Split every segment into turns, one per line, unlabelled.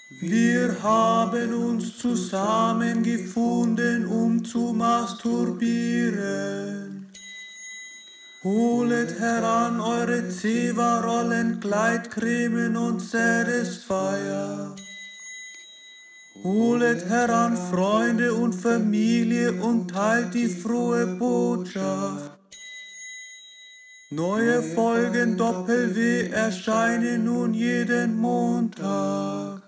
Wir haben uns zusammengefunden, um zu masturbieren. Holet heran eure Zewa-Rollen, Gleitcremen und Satisfier. Holet heran Freunde und Familie und teilt die frohe Botschaft. Neue Folgen Doppel-W erscheinen nun jeden Montag.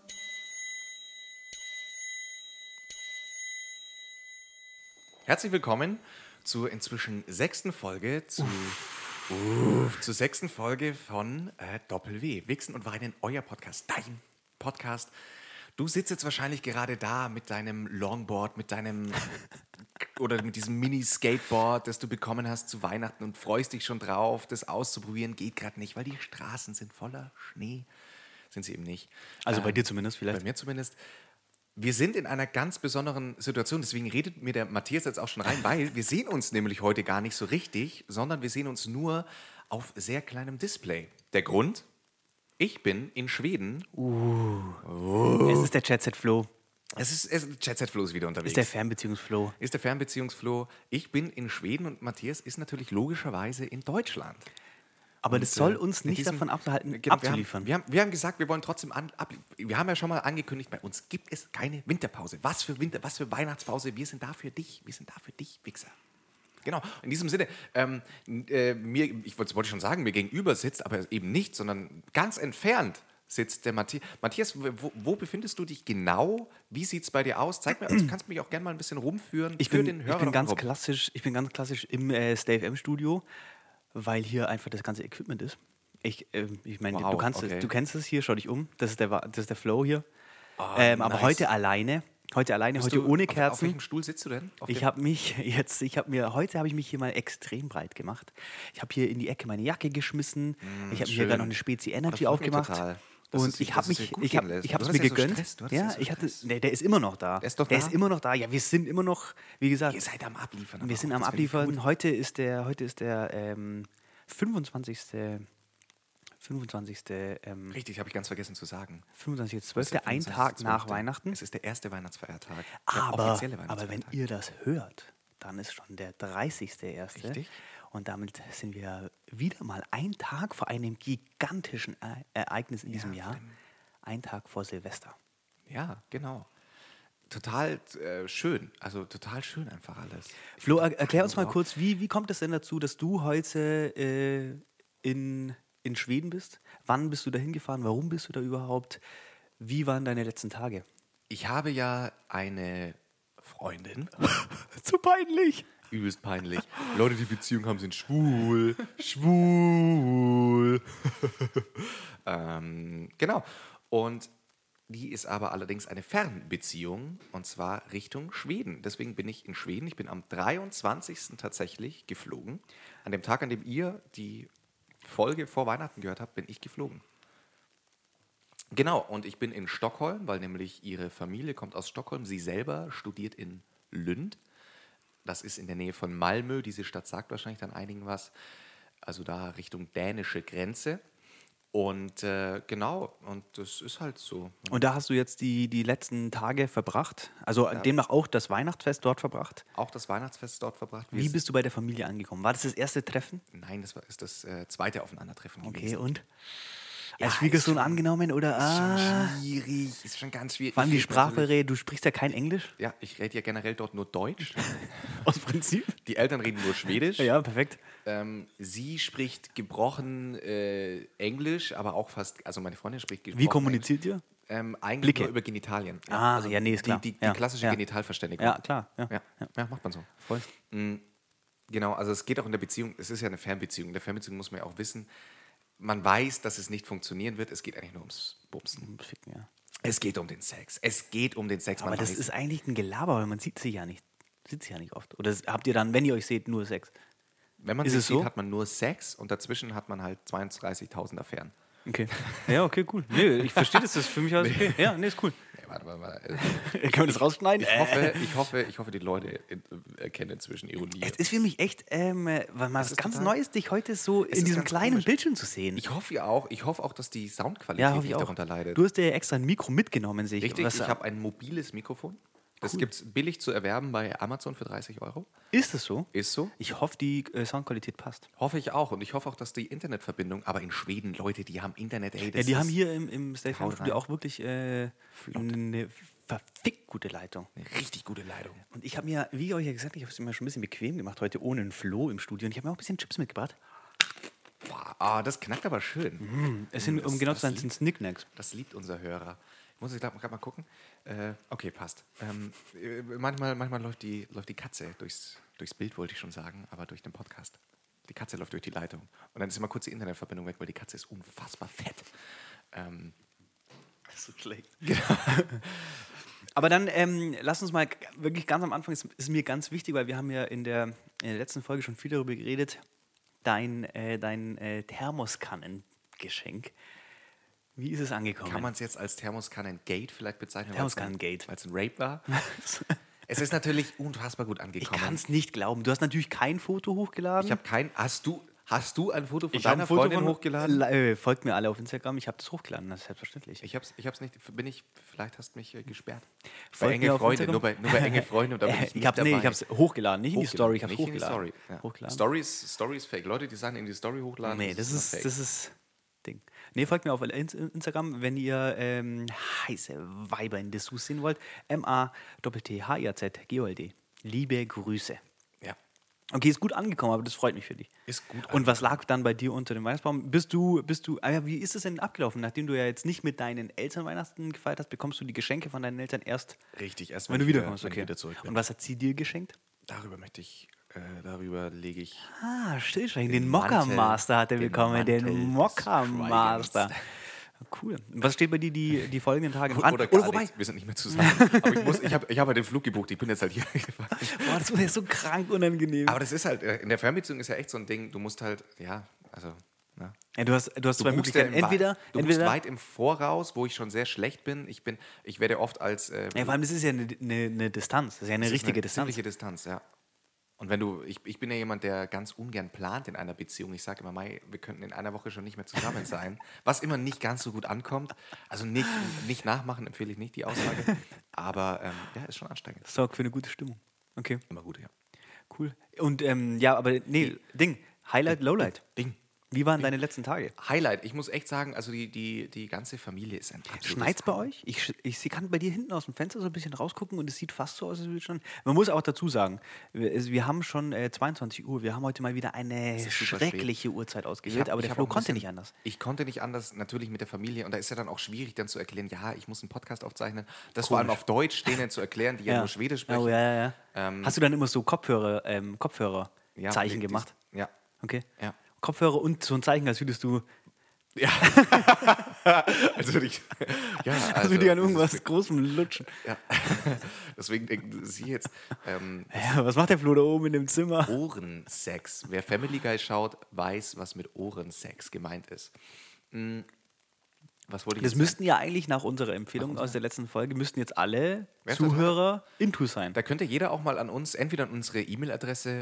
Herzlich willkommen zur inzwischen sechsten Folge, zur sechsten Folge von Doppel-W. Wichsen und Weinen, euer Podcast, dein Podcast. Du sitzt jetzt wahrscheinlich gerade da mit deinem Longboard, mit diesem Mini-Skateboard, das du bekommen hast zu Weihnachten und freust dich schon drauf, das auszuprobieren. Geht gerade nicht, weil die Straßen sind voller Schnee. Sind sie eben nicht.
Also bei dir zumindest vielleicht?
Bei mir zumindest. Wir sind in einer ganz besonderen Situation, deswegen redet mir der Matthias jetzt auch schon rein, weil wir sehen uns nämlich heute gar nicht so richtig, sondern wir sehen uns nur auf sehr kleinem Display. Der Grund? Ich bin in Schweden.
Es ist der Jet-Set-Flo.
Jet-Set-Flo ist wieder unterwegs.
Ist der Fernbeziehungs-Flo.
Ich bin in Schweden und Matthias ist natürlich logischerweise in Deutschland.
Aber das soll uns nicht davon abhalten, abzuliefern.
Wir haben gesagt, wir wollen trotzdem wir haben ja schon mal angekündigt, bei uns gibt es keine Winterpause. Was für Weihnachtspause? Wir sind da für dich, Wichser. Genau, in diesem Sinne, ich wollte schon sagen, mir gegenüber sitzt, aber eben nicht, sondern ganz entfernt sitzt der Matthias. Matthias, wo befindest du dich genau? Wie sieht es bei dir aus? Zeig mir, du kannst mich auch gerne mal ein bisschen rumführen den Hörer.
Ich bin ganz klassisch im Stay FM Studio, weil hier einfach das ganze Equipment ist. Ich meine,
Wow,
du kennst es hier, schau dich um, das ist der Flow hier.
Nice.
Aber heute ohne Kerzen.
Auf welchem Stuhl sitzt du denn?
Heute habe ich mich hier mal extrem breit gemacht. Ich habe hier in die Ecke meine Jacke geschmissen. Ich habe mir hier gerade noch eine Spezi Energy aufgemacht. Und ich habe es mir gegönnt. Der ist immer noch da. Der ist immer noch da. Ja, wir sind immer noch, wie gesagt.
Ihr seid am Abliefern.
Wir sind am Abliefern. Heute ist der 25.
Richtig, habe ich ganz vergessen zu sagen.
25.12., ein Tag nach Weihnachten.
Es ist der erste Weihnachtsfeiertag.
Aber wenn ihr das hört, dann ist schon der 30.01.
Richtig.
Und damit sind wir wieder mal einen Tag vor einem gigantischen Ereignis in diesem Jahr. Ein Tag vor Silvester.
Ja, genau. Total schön. Also total schön einfach alles.
Flo, erklär uns mal kurz, wie kommt es denn dazu, dass du heute in Schweden bist? Wann bist du da hingefahren? Warum bist du da überhaupt? Wie waren deine letzten Tage?
Ich habe ja eine Freundin.
Zu peinlich.
Übelst peinlich. Leute, die Beziehung haben, sind schwul. Schwul. Genau. Und die ist aber allerdings eine Fernbeziehung und zwar Richtung Schweden. Deswegen bin ich in Schweden. Ich bin am 23. tatsächlich geflogen. An dem Tag, an dem ihr die Folge vor Weihnachten gehört habt, bin ich geflogen. Genau, und ich bin in Stockholm, weil nämlich ihre Familie kommt aus Stockholm. Sie selber studiert in Lund. Das ist in der Nähe von Malmö. Diese Stadt sagt wahrscheinlich dann einigen was. Also da Richtung dänische Grenze. Und genau, und das ist halt so.
Und da hast du jetzt die letzten Tage verbracht? Also demnach auch das Weihnachtsfest dort verbracht?
Auch das Weihnachtsfest dort verbracht.
Wie bist du bei der Familie angekommen? War das erste Treffen?
Nein, ist das zweite Aufeinandertreffen gewesen.
Okay, und? Als Schwiegersohn angenommen oder?
Ist schon ganz schwierig.
Vor allem die Sprache, du sprichst ja kein Englisch?
Ja, ich rede ja generell dort nur Deutsch.
Aus Prinzip?
Die Eltern reden nur Schwedisch.
Ja, perfekt.
Sie spricht gebrochen Englisch, aber auch fast, also meine Freundin spricht gebrochen
Wie kommuniziert ihr?
Eigentlich
Blicke.
nur über Genitalien.
Ist klar.
Die klassische Genitalverständigung.
Ja, klar. Ja.
Ja, macht man so.
Voll.
Genau, also es geht auch in der Beziehung, es ist ja eine Fernbeziehung. In der Fernbeziehung muss man ja auch wissen, man weiß, dass es nicht funktionieren wird, es geht eigentlich nur ums Bumsen.
Ficken, ja.
Es geht um den Sex.
Aber das ist eigentlich ein Gelaber, weil man sieht sie ja nicht oft. Oder habt ihr dann, wenn ihr euch seht, nur Sex?
Wenn man
ist
sich
es
sieht,
so?
hat man nur Sex und dazwischen hat man halt 32.000 Affären.
Okay. Ja, okay, cool. Nee, ich verstehe das, ist für mich alles okay. Ja, nee, ist cool.
warte.
Können wir das rausschneiden?
Ich hoffe, die Leute erkennen inzwischen Ironie.
Es ist für mich echt was ganz Neues, dich heute so in diesem kleinen komisch. Bildschirm zu sehen.
Ich hoffe auch, dass die Soundqualität nicht darunter leidet.
Du hast dir extra ein Mikro mitgenommen, sehe ich.
Richtig, ich habe ein mobiles Mikrofon. Das gibt es billig zu erwerben bei Amazon für 30 €.
Ist es so?
Ist so.
Ich hoffe, die Soundqualität passt.
Hoffe ich auch. Und ich hoffe auch, dass die Internetverbindung, aber in Schweden, Leute, die haben Internet, ey.
Die haben hier im Stay-Studio auch wirklich eine verfickt gute Leitung.
Eine richtig gute Leitung.
Und ich habe mir, wie euch ja gesagt, ich habe es mir schon ein bisschen bequem gemacht, heute ohne einen Flo im Studio. Und ich habe mir auch ein bisschen Chips mitgebracht.
Boah, das knackt aber schön.
Es sind, um genau zu sein, sind Snicknacks.
Das liebt unser Hörer. Muss ich gerade mal gucken. Okay, passt. Manchmal läuft die Katze durchs Bild, wollte ich schon sagen, aber durch den Podcast. Die Katze läuft durch die Leitung. Und dann ist immer kurz die Internetverbindung weg, weil die Katze ist unfassbar fett.
Das ist so schlecht.
Genau.
Aber dann lass uns mal wirklich ganz am Anfang, ist mir ganz wichtig, weil wir haben ja in der letzten Folge schon viel darüber geredet, dein Thermoskannen-Geschenk. Wie ist es angekommen?
Kann man es jetzt als Thermoskannen-Gate vielleicht bezeichnen?
Thermoskannen-Gate.
Weil es ein Rape war? Es ist natürlich unfassbar gut angekommen.
Ich kann es nicht glauben. Du hast natürlich kein Foto hochgeladen.
Ich habe kein... Hast du ein Foto von deiner Freundin hochgeladen?
Folgt mir alle auf Instagram. Ich habe das hochgeladen, das ist selbstverständlich.
Ich hab's nicht... Vielleicht hast du mich gesperrt.
Bei enge Freunde,
nur bei enge Freunde. Und da bin ich
dabei. Ich habe es hochgeladen, nicht in die Story. Ich habe es hochgeladen.
Story ist fake. Leute, die sagen in die Story hochladen.
Nee, das ist Ding. Nee, folgt mir auf Instagram, wenn ihr heiße Weiber in Dessous sehen wollt. MATTHIAZ-GOLD. Liebe Grüße.
Ja.
Okay, ist gut angekommen, aber das freut mich für dich.
Ist gut
angekommen. Und was lag dann bei dir unter dem Weihnachtsbaum? Wie ist es denn abgelaufen? Nachdem du ja jetzt nicht mit deinen Eltern Weihnachten gefeiert hast, bekommst du die Geschenke von deinen Eltern erst wenn du wiederkommst. Okay.
Wieder zurück bin.
Und was hat sie dir geschenkt?
Darüber lege ich...
Stillschweigen. Den Mokka Master hat er bekommen. Den Mokka Master. Cool. Was steht bei dir die folgenden Tage an?
Oder wobei, wir sind nicht mehr zusammen. Aber ich habe halt den Flug gebucht. Ich bin jetzt halt hier gefahren.
Boah, das ist so krank unangenehm.
Aber das ist halt, in der Fernbeziehung ist ja echt so ein Ding, du musst halt, ja, also... Ja.
Ja, du hast zwei Möglichkeiten.
Du buchst weit im Voraus, wo ich schon sehr schlecht bin. Ich werde oft als...
vor allem, das ist ja eine Distanz. Das ist ja eine richtige Distanz.
Ziemliche Distanz, ja. Und ich bin ja jemand, der ganz ungern plant in einer Beziehung. Ich sage immer, wir könnten in einer Woche schon nicht mehr zusammen sein. Was immer nicht ganz so gut ankommt. Also nicht nachmachen, empfehle ich nicht, die Aussage. Aber ist schon anstrengend.
Das sorgt für eine gute Stimmung. Okay.
Immer gut, ja.
Cool. Und Highlight, Lowlight. Wie waren deine letzten Tage?
Highlight, ich muss echt sagen, also die ganze Familie ist ein absolutes
Schneit's bei euch? Ich kann bei dir hinten aus dem Fenster so ein bisschen rausgucken und es sieht fast so aus, als würde schon... Man muss auch dazu sagen, wir haben schon 22 Uhr, wir haben heute mal wieder eine schreckliche Uhrzeit ausgewählt, aber der Flo konnte nicht anders.
Ich konnte nicht anders, natürlich mit der Familie, und da ist ja dann auch schwierig dann zu erklären, ja, ich muss einen Podcast aufzeichnen, das vor allem auf Deutsch denen zu erklären, die ja nur Schwedisch sprechen.
Oh, ja. Hast du dann immer so Kopfhörer-Zeichen gemacht?
Ja.
Okay.
Ja.
Kopfhörer und so ein Zeichen, als würdest du...
Ja. als würde ich
an irgendwas Großem lutschen.
Ja. Deswegen denken Sie jetzt...
was macht der Flo da oben in dem Zimmer?
Ohrensex. Wer Family Guy schaut, weiß, was mit Ohrensex gemeint ist. Was wollte ich
Das müssten ja eigentlich nach unserer Empfehlung aus der letzten Folge, müssten jetzt alle Zuhörer Intus sein.
Da könnte jeder auch mal entweder an unsere E-Mail-Adresse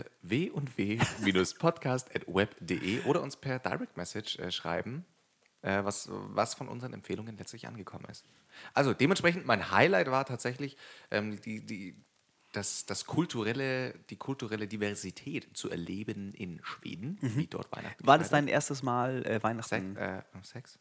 w&w-podcast@web.de oder uns per Direct Message schreiben, was von unseren Empfehlungen letztlich angekommen ist. Also dementsprechend, mein Highlight war tatsächlich die kulturelle Diversität zu erleben in Schweden, wie dort Weihnachten.
War das dein erstes Mal Weihnachten?
Sex?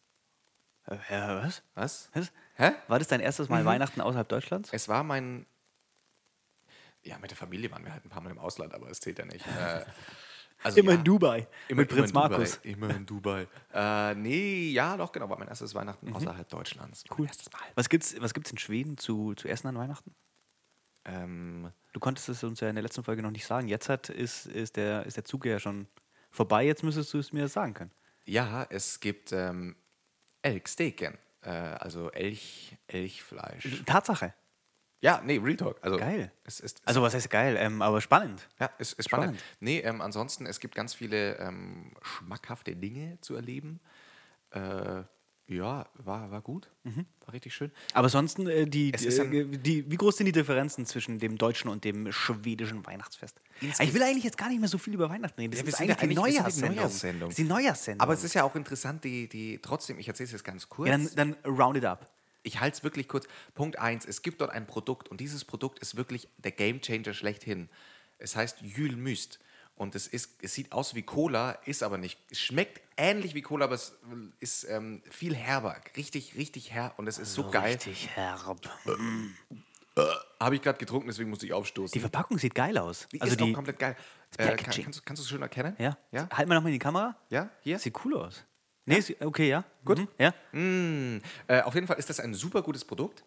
Was?
Hä?
War das dein erstes Mal Weihnachten außerhalb Deutschlands?
Es war mit der Familie waren wir halt ein paar Mal im Ausland, aber es zählt ja nicht.
Immer in Dubai. Mit Prinz Markus.
Immer in Dubai. Doch, genau, war mein erstes Weihnachten außerhalb Deutschlands.
Cool. Was gibt's in Schweden zu essen an Weihnachten? Du konntest es uns ja in der letzten Folge noch nicht sagen. Jetzt ist der Zug ja schon vorbei, jetzt müsstest du es mir sagen können.
Ja, es gibt Elksteken, also Elchfleisch.
Tatsache.
Ja, Real Talk. Also,
geil. Also was heißt geil, aber spannend.
Ja, ist spannend. Ansonsten, es gibt ganz viele schmackhafte Dinge zu erleben. Ja, war gut. War richtig schön.
Aber ansonsten, wie groß sind die Differenzen zwischen dem deutschen und dem schwedischen Weihnachtsfest? Ich will eigentlich jetzt gar nicht mehr so viel über Weihnachten reden. Das ist eigentlich die Neujahrssendung.
Die Neujahrssendung. Aber es ist ja auch interessant, trotzdem, ich erzähle es jetzt ganz kurz.
Ja, dann round it up.
Ich halte es wirklich kurz. Punkt 1, es gibt dort ein Produkt und dieses Produkt ist wirklich der Gamechanger schlechthin. Es heißt Julmust. Und es sieht aus wie Cola, ist aber nicht. Es schmeckt ähnlich wie Cola, aber es ist viel herber. Richtig, richtig herb. Und es ist so geil.
Richtig herb.
Habe ich gerade getrunken, deswegen musste ich aufstoßen.
Die Verpackung sieht geil aus.
Die ist auch komplett geil. Kannst du es schön erkennen?
Ja. Halt mal nochmal in die Kamera.
Ja, hier.
Sieht cool aus. Nee, okay, ja. Gut. Ja.
Auf jeden Fall ist das ein super gutes Produkt.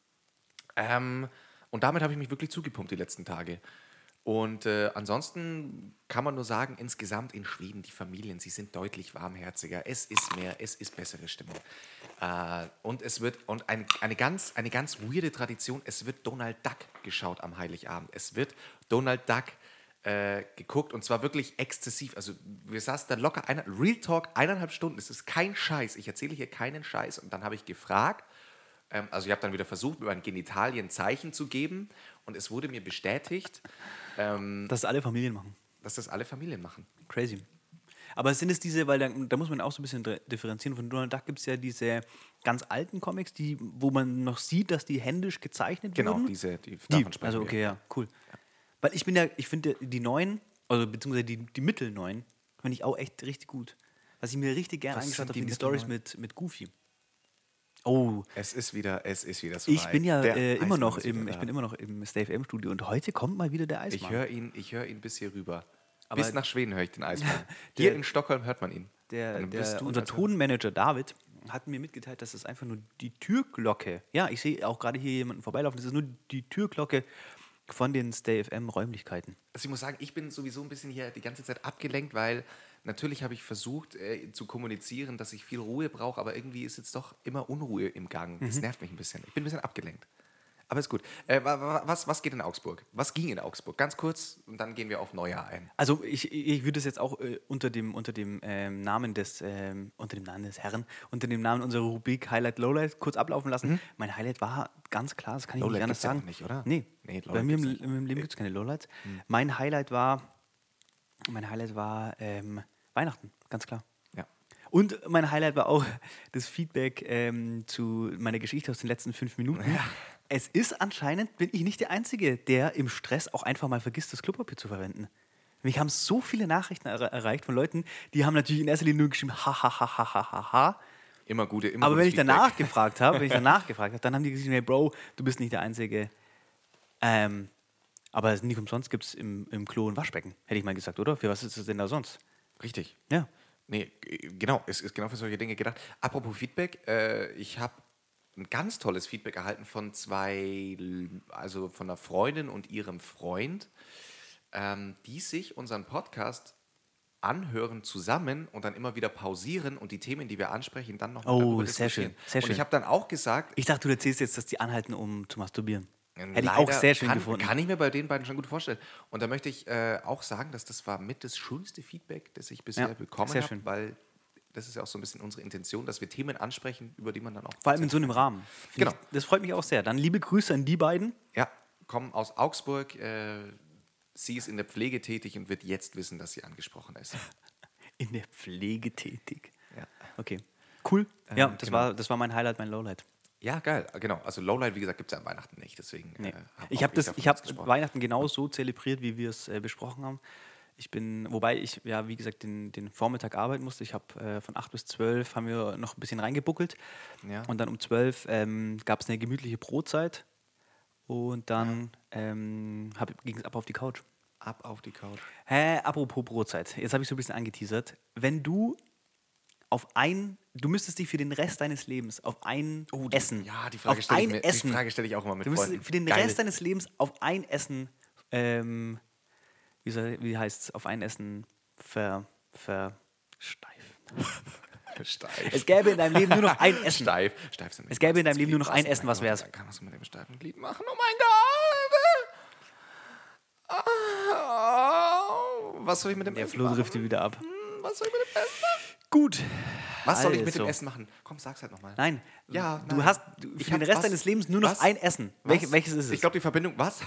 Und damit habe ich mich wirklich zugepumpt die letzten Tage. Und ansonsten kann man nur sagen, insgesamt in Schweden, die Familien, sie sind deutlich warmherziger. Es ist mehr, es ist bessere Stimmung. Und es wird, eine ganz weirde Tradition, es wird Donald Duck geschaut am Heiligabend. Es wird Donald Duck geguckt und zwar wirklich exzessiv. Also wir saßen da locker, Real Talk, 1,5 Stunden. Es ist kein Scheiß. Ich erzähle hier keinen Scheiß. Und dann habe ich gefragt, also ich habe dann wieder versucht, mit meinen Genitalien Zeichen zu geben und es wurde mir bestätigt,
dass alle Familien machen.
Dass das alle Familien machen.
Crazy. Aber sind es diese, weil da muss man auch so ein bisschen differenzieren. Von Donald Duck gibt es ja diese ganz alten Comics, wo man noch sieht, dass die händisch gezeichnet wurden.
Genau, davon sprechen
also okay, ja, cool. Ja. Weil ich finde die neuen, also beziehungsweise die mittelneuen, finde ich auch echt richtig gut. Was ich mir richtig gerne angeschaut habe, sind die Storys mit Goofy. Oh.
Es ist wieder so.
Ich bin ja immer noch im Stay FM Studio und heute kommt mal wieder der Eismann.
Ich höre ihn bis hier rüber. Aber bis nach Schweden höre ich den Eismann.
Hier
in Stockholm hört man ihn.
Unser Tonmanager David hat mir mitgeteilt, dass es einfach nur die Türglocke, ja, ich sehe auch gerade hier jemanden vorbeilaufen, das ist nur die Türglocke von den Stay FM Räumlichkeiten.
Also ich muss sagen, ich bin sowieso ein bisschen hier die ganze Zeit abgelenkt, weil natürlich habe ich versucht zu kommunizieren, dass ich viel Ruhe brauche, aber irgendwie ist jetzt doch immer Unruhe im Gang. Das nervt mich ein bisschen. Ich bin ein bisschen abgelenkt. Aber ist gut. Was geht in Augsburg? Was ging in Augsburg? Ganz kurz und dann gehen wir auf Neujahr ein.
Also ich würde es jetzt auch unter dem Namen des Herrn, unter dem Namen unserer Rubrik Highlight, Lowlight kurz ablaufen lassen. Mein Highlight war ganz klar, das kann ich
Lowlight
nicht anders sagen.
Nicht, oder?
Nee, bei mir im Leben gibt es keine Lowlights. Mein Highlight war Weihnachten, ganz klar.
Ja.
Und mein Highlight war auch das Feedback zu meiner Geschichte aus den letzten 5 Minuten. Ja. Es ist anscheinend, bin ich nicht der Einzige, der im Stress auch einfach mal vergisst, das Klopapier zu verwenden. Mich haben so viele Nachrichten erreicht von Leuten, die haben natürlich in erster Linie nur geschrieben, ha.
Immer gute,
aber wenn ich danach gefragt habe, dann haben die gesagt, hey Bro, du bist nicht der Einzige. Aber nicht umsonst gibt es im Klo ein Waschbecken, hätte ich mal gesagt, oder? Für was ist es denn da sonst?
Richtig.
Ja.
Nee, genau, es ist genau für solche Dinge gedacht. Apropos Feedback, ich habe ein ganz tolles Feedback erhalten von von einer Freundin und ihrem Freund, die sich unseren Podcast anhören zusammen und dann immer wieder pausieren und die Themen, die wir ansprechen, dann noch
darüber diskutieren. Sehr schön.
Und ich habe dann auch gesagt...
Ich dachte, du erzählst jetzt, dass die anhalten, um zu masturbieren. Hätte ich auch sehr schön gefunden.
Kann ich mir bei den beiden schon gut vorstellen. Und da möchte ich auch sagen, dass das war mit das schönste Feedback, das ich bisher bekommen habe, weil das ist ja auch so ein bisschen unsere Intention, dass wir Themen ansprechen, über die man dann auch...
Vor allem in so einem Rahmen.
Genau.
Das freut mich auch sehr. Dann liebe Grüße an die beiden.
Ja, kommen aus Augsburg. Sie ist in der Pflege tätig und wird jetzt wissen, dass sie angesprochen ist.
In der Pflege tätig?
Ja.
Okay, cool. Ja, das war mein Highlight, mein Lowlight.
Ja, geil, genau. Also Lowlight, wie gesagt, gibt es ja an Weihnachten nicht. Deswegen
ich habe Weihnachten genau so zelebriert, wie wir es besprochen haben. Wobei ich, ja, wie gesagt, den Vormittag arbeiten musste. Ich habe von 8 bis 12 haben wir noch ein bisschen reingebuckelt. Ja. Und dann um 12 gab es eine gemütliche Brotzeit. Und dann ging es ab auf die Couch.
Ab auf die Couch.
Apropos Brotzeit. Jetzt habe ich so ein bisschen angeteasert. Wenn du müsstest dich für den Rest deines Lebens auf ein Essen.
Ja, die Frage stelle ich auch immer mit
Freunden. Du müsstest für den Rest deines Lebens auf ein Essen, wie heißt es, auf ein Essen versteifen.
Steif.
Es gäbe in deinem Leben nur noch ein Essen.
Steif sind
es gäbe in deinem Leben nur noch ein Essen, was wär's?
Dann kannst du mit dem steifen Glied machen. Oh mein Gott! Was soll ich mit dem Essen machen?
Der Flo driftet wieder ab.
Was soll ich mit dem Essen machen?
Gut.
Was soll ich mit dem Essen machen? Komm, sag's halt nochmal.
Nein.
Ja,
du hast für den Rest deines Lebens nur noch ein Essen. Welches ist es?
Ich glaube, die Verbindung, was?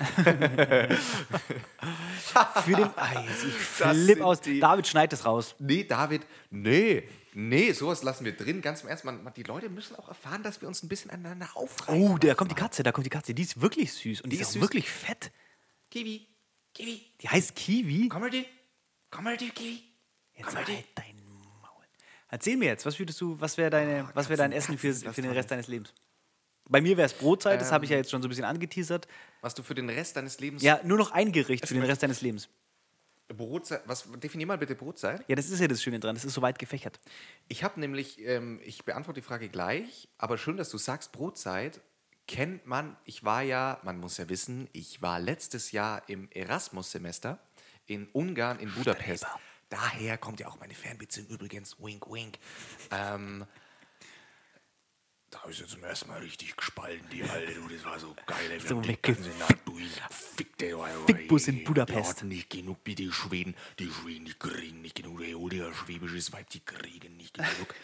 Für den, ich flipp aus. David, schneid das raus.
Nee, David, nee, sowas lassen wir drin. Ganz im Ernst, die Leute müssen auch erfahren, dass wir uns ein bisschen aneinander aufreiben.
Oh, da kommt die Katze. Die ist wirklich süß und die ist auch wirklich fett.
Kiwi.
Die heißt Kiwi?
Komm mal, die Kiwi.
Jetzt halt dein Maul. Erzähl mir jetzt, was wäre dein Essen für den Rest deines Lebens? Bei mir wäre es Brotzeit, das habe ich ja jetzt schon so ein bisschen angeteasert.
Was du für den Rest deines Lebens...
Ja, nur noch ein Gericht für den Rest deines Lebens.
Brotzeit, definier mal bitte Brotzeit.
Ja, das ist ja das Schöne dran, das ist so weit gefächert.
Ich habe nämlich, ich beantworte die Frage gleich, aber schön, dass du sagst, Brotzeit kennt man, man muss ja wissen, ich war letztes Jahr im Erasmus-Semester in Ungarn, in Budapest. Daher kommt ja auch meine Fernbeziehung übrigens, wink, wink. Da ist jetzt zum ersten Mal richtig gespalten, die Alte, du, das war so geil.
So Fickbus in Budapest.
Die hatten nicht genug, wie die Schweden, die kriegen nicht genug, der schwäbisches Weib, die kriegen nicht genug.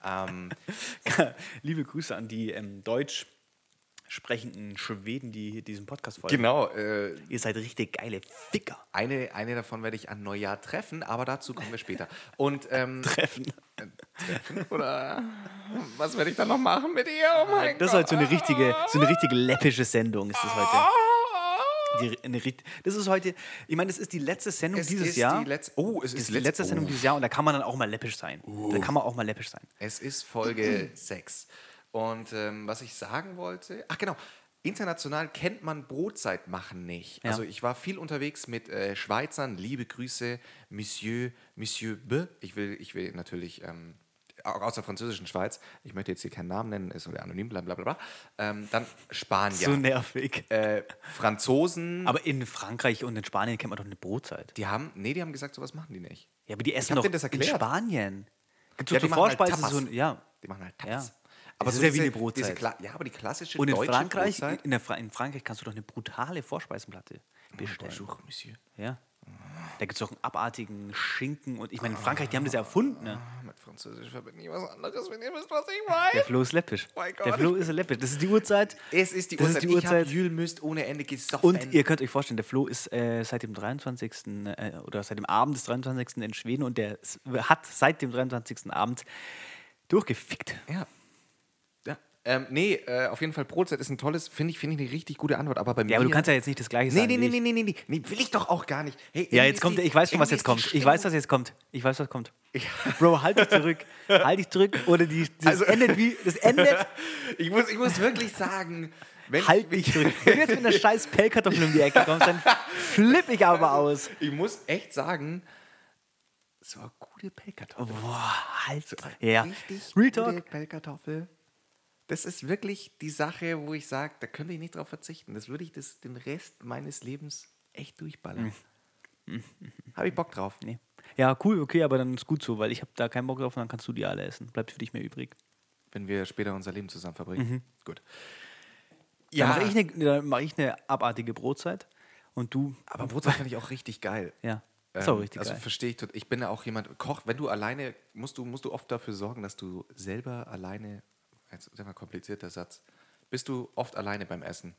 Liebe Grüße an die deutsch sprechenden Schweden, die diesen Podcast folgen.
Genau.
Ihr seid richtig geile Ficker.
Eine davon werde ich an Neujahr treffen, aber dazu kommen wir später. Und,
Treffen?
Oder was werde ich dann noch machen mit ihr? Oh mein
das
Gott.
ist halt so eine richtige läppische Sendung ist das heute. Das ist heute, ich meine, das ist die letzte Sendung dieses Jahr.
Es ist
die letzte Sendung dieses Jahr und da kann man dann auch mal läppisch sein.
Es ist Folge 6. Und was ich sagen wollte, genau, international kennt man Brotzeit machen nicht.
Ja.
Also ich war viel unterwegs mit Schweizern, liebe Grüße, Monsieur B. Ich will natürlich, auch aus der französischen Schweiz, ich möchte jetzt hier keinen Namen nennen, ist oder anonym, bla bla bla. Dann Spanier.
So nervig.
Franzosen.
Aber in Frankreich und in Spanien kennt man doch eine Brotzeit.
Die haben gesagt, sowas machen die nicht.
Ja, aber die essen doch in Spanien. Gibt es
die
so Vorspeisen?
Halt
ja.
Die machen halt
Ja.
Tapas. Aber
das ist ja wie eine Brotzeit.
Aber die klassische
und in
deutsche
Frankreich,
Brotzeit...
in Frankreich kannst du doch eine brutale Vorspeisenplatte bestellen.
Bonjour, Monsieur.
Ja. Da gibt es doch einen abartigen Schinken. Und ich meine, in Frankreich, die haben das ja erfunden. Ne?
Mit Französisch verbinde ich was anderes, wenn ihr wisst, was ich meine.
Der Flo ist läppisch.
Oh mein Gott.
Der Flo ist läppisch. Das ist die Uhrzeit.
Es ist die Uhrzeit. Ich habe Jules Müst ohne Ende gesoffen.
Und ihr könnt euch vorstellen, der Flo ist seit dem 23. Oder seit dem Abend des 23. in Schweden und der hat seit dem 23. Abend durchgefickt.
Ja. Auf jeden Fall Brotzeit ist ein tolles, finde ich eine richtig gute Antwort. Aber bei mir.
Ja, aber du kannst ja jetzt nicht das Gleiche sagen.
Nee, will ich doch auch gar nicht. Hey,
ja, jetzt kommt, ich weiß schon, was jetzt kommt. Ich weiß, was jetzt kommt. Bro, halt dich zurück. Oder das endet.
Ich muss wirklich sagen,
halt dich zurück. Wenn du jetzt mit einer scheiß Pellkartoffel um die Ecke kommst, dann flippe ich aber aus.
Ich muss echt sagen, so eine gute Pellkartoffel.
Boah, halt.
So
ja.
Richtig
Real
gute
Talk.
Pellkartoffel. Das ist wirklich die Sache, wo ich sage, da könnte ich nicht drauf verzichten. Das würde ich den Rest meines Lebens echt durchballern. Habe ich Bock drauf.
Nee. Ja, cool, okay, aber dann ist gut so, weil ich habe da keinen Bock drauf und dann kannst du die alle essen. Bleibt für dich mehr übrig.
Wenn wir später unser Leben zusammen verbringen. Gut.
Ja. Dann mache ich eine abartige Brotzeit und du...
Aber Brotzeit finde ich auch richtig geil.
Ja, ist auch richtig
also
geil.
Verstehe ich. Ich bin ja auch jemand, Koch, wenn du alleine, musst du oft dafür sorgen, dass du selber alleine... Jetzt ist immer ein komplizierter Satz. Bist du oft alleine beim Essen?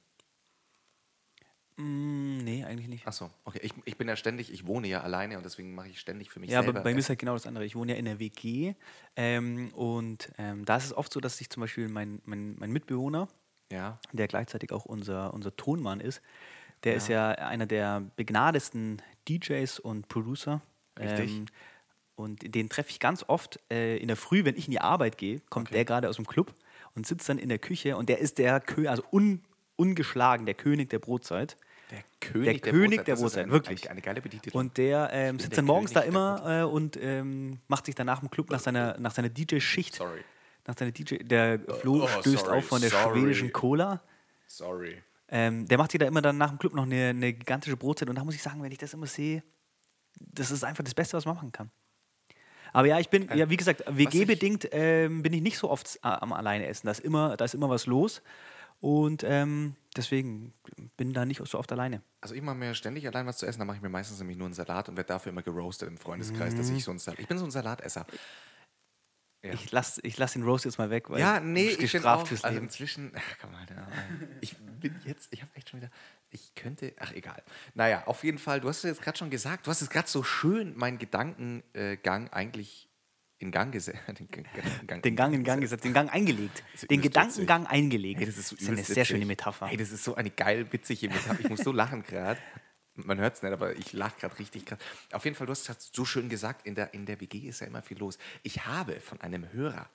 Nee, eigentlich nicht.
Achso, okay. Ich bin ja ständig, ich wohne ja alleine und deswegen mache ich ständig für mich
selber. Ja,
selber.
aber bei mir ist halt genau das andere. Ich wohne ja in der WG und da ist es oft so, dass sich zum Beispiel mein Mitbewohner, der gleichzeitig auch unser Tonmann ist, der ist ja einer der begnadetsten DJs und Producer.
Richtig.
Und den treffe ich ganz oft in der Früh, wenn ich in die Arbeit gehe, kommt der gerade aus dem Club und sitzt dann in der Küche und der ist der ungeschlagen, der König der Brotzeit.
Der König der Brotzeit,
wirklich.
Eine geile Betitelung.
Und der sitzt dann morgens da immer und macht sich danach im Club nach seiner DJ-Schicht. Der Flo stößt auf von der schwedischen Cola.
Sorry.
Der macht sich da immer dann nach dem Club noch eine gigantische Brotzeit und da muss ich sagen, wenn ich das immer sehe, das ist einfach das Beste, was man machen kann. Aber ja, ich bin, wie gesagt, WG-bedingt bin ich nicht so oft am alleine essen. Da ist immer was los und deswegen bin da nicht so oft alleine.
Also ich mache mir ständig allein was zu essen, dann mache ich mir meistens nämlich nur einen Salat und werde dafür immer geroastet im Freundeskreis, dass ich bin so ein Salatesser.
Ja. Ich lass den Roast jetzt mal weg, weil
ich bin auch, fürs Leben. Also inzwischen, komm mal, ich habe echt schon wieder, ich könnte, egal. Naja, auf jeden Fall, du hast es jetzt gerade schon gesagt, du hast es gerade so schön meinen Gedankengang eigentlich in Gang gesetzt.
Den Gang eingelegt. Den Gedankengang eingelegt.
Hey, das ist
eine sehr schöne Metapher.
Hey, das ist so eine geil witzige Metapher. Ich muss so lachen gerade. Man hört es nicht, aber ich lache gerade richtig krass. Auf jeden Fall, du hast es so schön gesagt, in der WG ist ja immer viel los. Ich habe von einem Hörer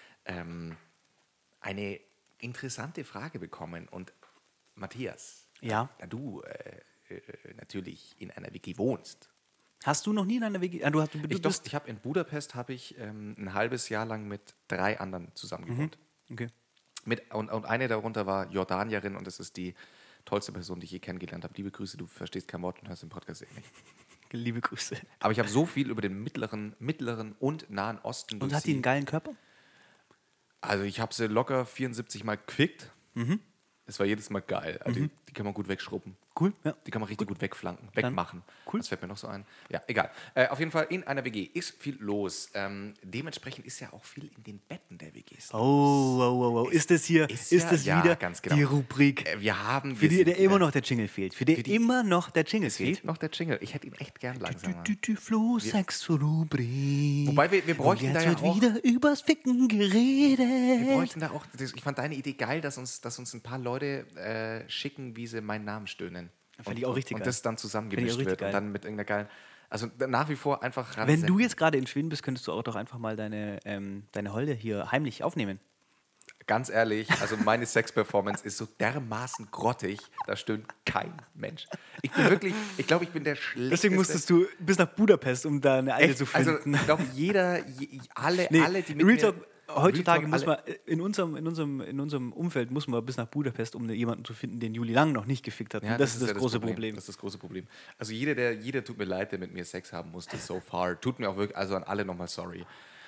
eine interessante Frage bekommen. Und Matthias, da du natürlich in einer WG wohnst.
Hast du noch nie in einer WG?
Ich habe in Budapest ein halbes Jahr lang mit 3 anderen zusammen gewohnt.
Okay.
Und eine darunter war Jordanierin und das ist die tollste Person, die ich je kennengelernt habe. Liebe Grüße, du verstehst kein Wort und hörst den Podcast nicht.
Liebe Grüße.
Aber ich habe so viel über den mittleren und Nahen Osten.
Und hat die einen geilen Körper?
Also ich habe sie locker 74 Mal gefickt. Es war jedes Mal geil. Also die kann man gut wegschrubben.
Cool, ja.
Die kann man richtig gut wegflanken, wegmachen.
Cool.
Das fällt mir noch so ein. Ja, egal. Auf jeden Fall, in einer WG ist viel los. Dementsprechend ist ja auch viel in den Betten der WGs.
Oh. Ist das wieder
ganz genau.
Die Rubrik? Für die immer noch der Jingle fehlt. Immer noch der Jingle fehlt.
Noch der Jingle. Ich hätte ihn echt gern langsam.
Flo-Sex-Rubrik.
Wobei wir bräuchten da ja auch...
wieder übers Ficken geredet.
Wir bräuchten da auch... Ich fand deine Idee geil, dass uns ein paar Leute schicken, wie sie meinen Namen stöhnen.
Fand ich auch richtig geil.
Und das dann zusammengemischt wird und dann mit irgendeiner geilen... Also nach wie vor einfach ran.
Wenn du jetzt gerade in Schweden bist, könntest du auch doch einfach mal deine Holde hier heimlich aufnehmen.
Ganz ehrlich, also meine Sex-Performance ist so dermaßen grottig, da stöhnt kein Mensch. Ich glaube, ich bin der Schlechteste.
Deswegen musstest du bis nach Budapest, um da eine Alte zu finden.
Also ich glaube, alle, die mit
Real Talk, heutzutage muss man, in unserem Umfeld muss man bis nach Budapest, um jemanden zu finden, den Juli Lang noch nicht gefickt hat.
Ja,
und das ist das große Problem.
Das ist das große Problem. Also jeder tut mir leid, der mit mir Sex haben musste, so far. Tut mir auch wirklich, also an alle nochmal sorry.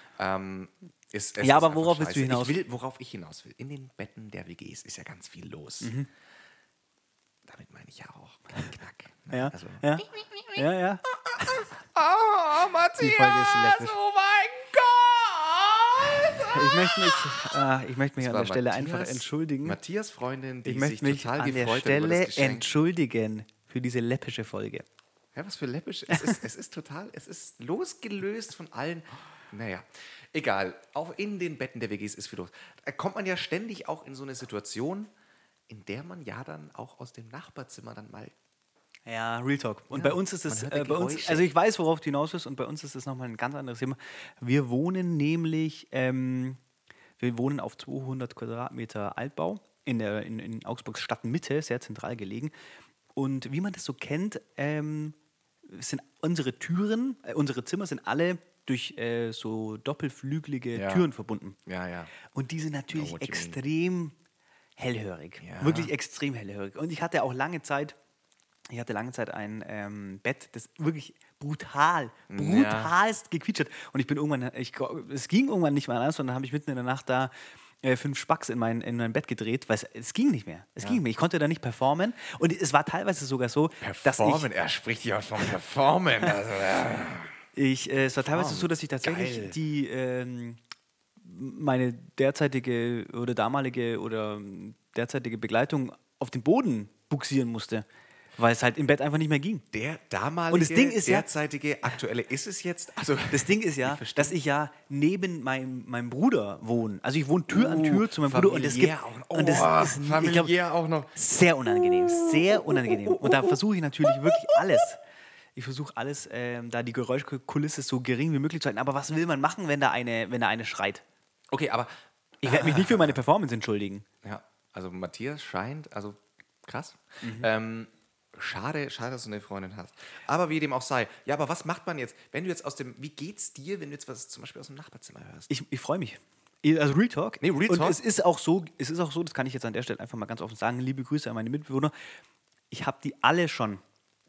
Aber worauf willst du hinaus?
Worauf ich hinaus will, in den Betten der WGs ist ja ganz viel los. Damit meine ich ja auch Knack. Ne?
Ja.
Also.
Ja.
Oh, Matthias, oh mein Gott!
Ich möchte mich an der Stelle einfach entschuldigen.
Matthias Freundin, die
sich total gefreut hat. Ich möchte mich an der Stelle entschuldigen für diese läppische Folge.
Ja, was für läppisch. Es ist losgelöst von allen. Naja, egal. Auch in den Betten der WGs ist viel los. Da kommt man ja ständig auch in so eine Situation, in der man ja dann auch aus dem Nachbarzimmer dann mal...
Ja, Real Talk. Und bei uns ist es, also ich weiß, worauf du hinaus bist, und bei uns ist es nochmal ein ganz anderes Thema. Wir wohnen nämlich, auf 200 Quadratmeter Altbau in Augsburgs Stadtmitte, sehr zentral gelegen. Und wie man das so kennt, sind unsere Zimmer sind alle durch so doppelflügelige Türen verbunden.
Ja.
Und die sind natürlich extrem hellhörig. Ja. Wirklich extrem hellhörig. Und ich hatte lange Zeit ein Bett, das wirklich brutalst gequietscht hat. Und es ging irgendwann nicht mehr anders, und dann habe ich mitten in der Nacht da 5 Spacks in mein Bett gedreht, weil es ging nicht mehr. Ich konnte da nicht performen. Und es war teilweise sogar so, dass ich...
Er spricht ja auch von Performen. Also,
es war teilweise so, dass ich tatsächlich meine derzeitige oder damalige oder derzeitige Begleitung auf den Boden buxieren musste, weil es halt im Bett einfach nicht mehr ging.
Der damalige, und das Ding ist derzeitige, aktuelle ist es jetzt? Also,
das Ding ist ja, dass ich ja neben meinem Bruder wohne. Also ich wohne Tür an Tür zu meinem Bruder, und das ist
familiär auch noch.
Sehr unangenehm. Und da versuche ich natürlich wirklich alles. Ich versuche alles, da die Geräuschkulisse so gering wie möglich zu halten. Aber was will man machen, wenn da eine schreit?
Okay, aber...
Ich werde mich nicht für meine Performance entschuldigen.
Ja, also Matthias scheint, also krass. Schade, dass du eine Freundin hast. Aber wie dem auch sei. Ja, aber was macht man jetzt, wenn du jetzt wie geht's dir, wenn du jetzt was zum Beispiel aus dem Nachbarzimmer hörst?
Ich freue mich. Also Real Talk.
Nee, Real Talk.
Und es ist auch so, das kann ich jetzt an der Stelle einfach mal ganz offen sagen, liebe Grüße an meine Mitbewohner. Ich habe die alle schon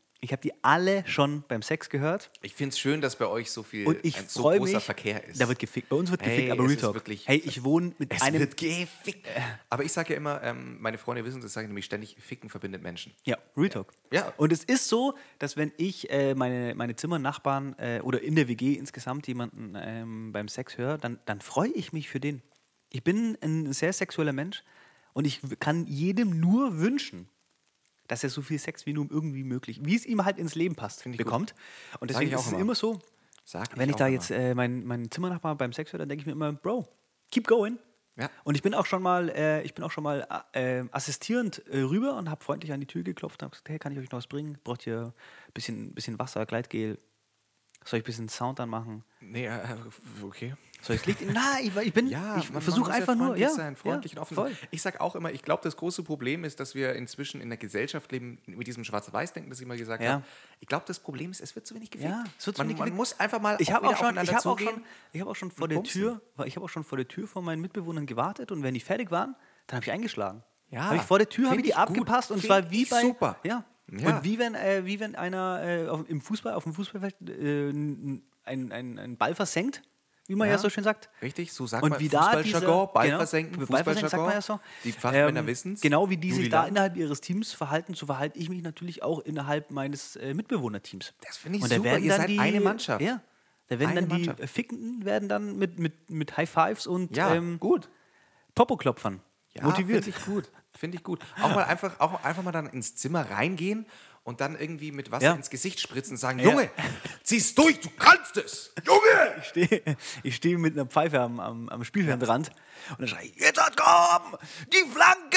beim Sex gehört.
Ich finde es schön, dass bei euch so viel,
so großer
Verkehr ist.
Da wird gefickt. Bei uns wird gefickt, aber Real Talk. Ich wohne mit einem...
Es wird gefickt. Aber ich sage ja immer, meine Freunde wissen, das sage ich nämlich ständig, Ficken verbindet Menschen.
Ja. Real Talk.
Ja.
Und es ist so, dass wenn ich meine Zimmernachbarn oder in der WG insgesamt jemanden beim Sex höre, dann freue ich mich für den. Ich bin ein sehr sexueller Mensch und ich kann jedem nur wünschen, dass er so viel Sex wie nur irgendwie möglich, wie es ihm halt ins Leben passt, bekommt. Und deswegen ist es immer so, wenn ich da jetzt meinen Zimmernachbarn beim Sex höre, dann denke ich mir immer, Bro, keep going.
Ja.
Und ich bin auch schon mal assistierend rüber und habe freundlich an die Tür geklopft und habe gesagt, hey, kann ich euch noch was bringen? Braucht ihr ein bisschen Wasser, Gleitgel? Soll ich ein bisschen Sound anmachen?
Nee, okay.
Soll ich das Licht? Nein, ich versuche einfach nur.
Freundlich und offen sein. Ich sage auch immer, ich glaube, das große Problem ist, dass wir inzwischen in einer Gesellschaft leben, mit diesem Schwarz-Weiß-Denken, das ich mal gesagt habe. Ich glaube, das Problem ist, es wird zu wenig gefickt.
Ja,
man muss einfach mal
ich habe auch schon vor der Tür von meinen Mitbewohnern gewartet und wenn die fertig waren, dann habe ich eingeschlagen.
Ja,
habe ich vor der Tür die abgepasst und zwar wie bei
super.
Ja. Und wie wenn einer auf dem Fußballfeld einen Ball versenkt, wie man ja so schön sagt.
Richtig, so sagt
und
man
wie
Fußballjargon,
da
Ball versenken,
sagt man ja so.
Die Fachmänner wissen es.
Genau wie die sich da innerhalb ihres Teams verhalten, so verhalte ich mich natürlich auch innerhalb meines Mitbewohnerteams.
Das finde ich super, ihr seid eine Mannschaft.
Ja, da werden die Fickenden werden mit High Fives und
gut.
Popoklopfern motiviert.
Finde ich gut. Auch einfach mal dann ins Zimmer reingehen und dann irgendwie mit Wasser ins Gesicht spritzen und sagen, Junge, zieh's durch, du kannst es! Junge!
Ich stehe mit einer Pfeife am Spielfeldrand und dann schreie ich, jetzt hat komm! Die Flanke!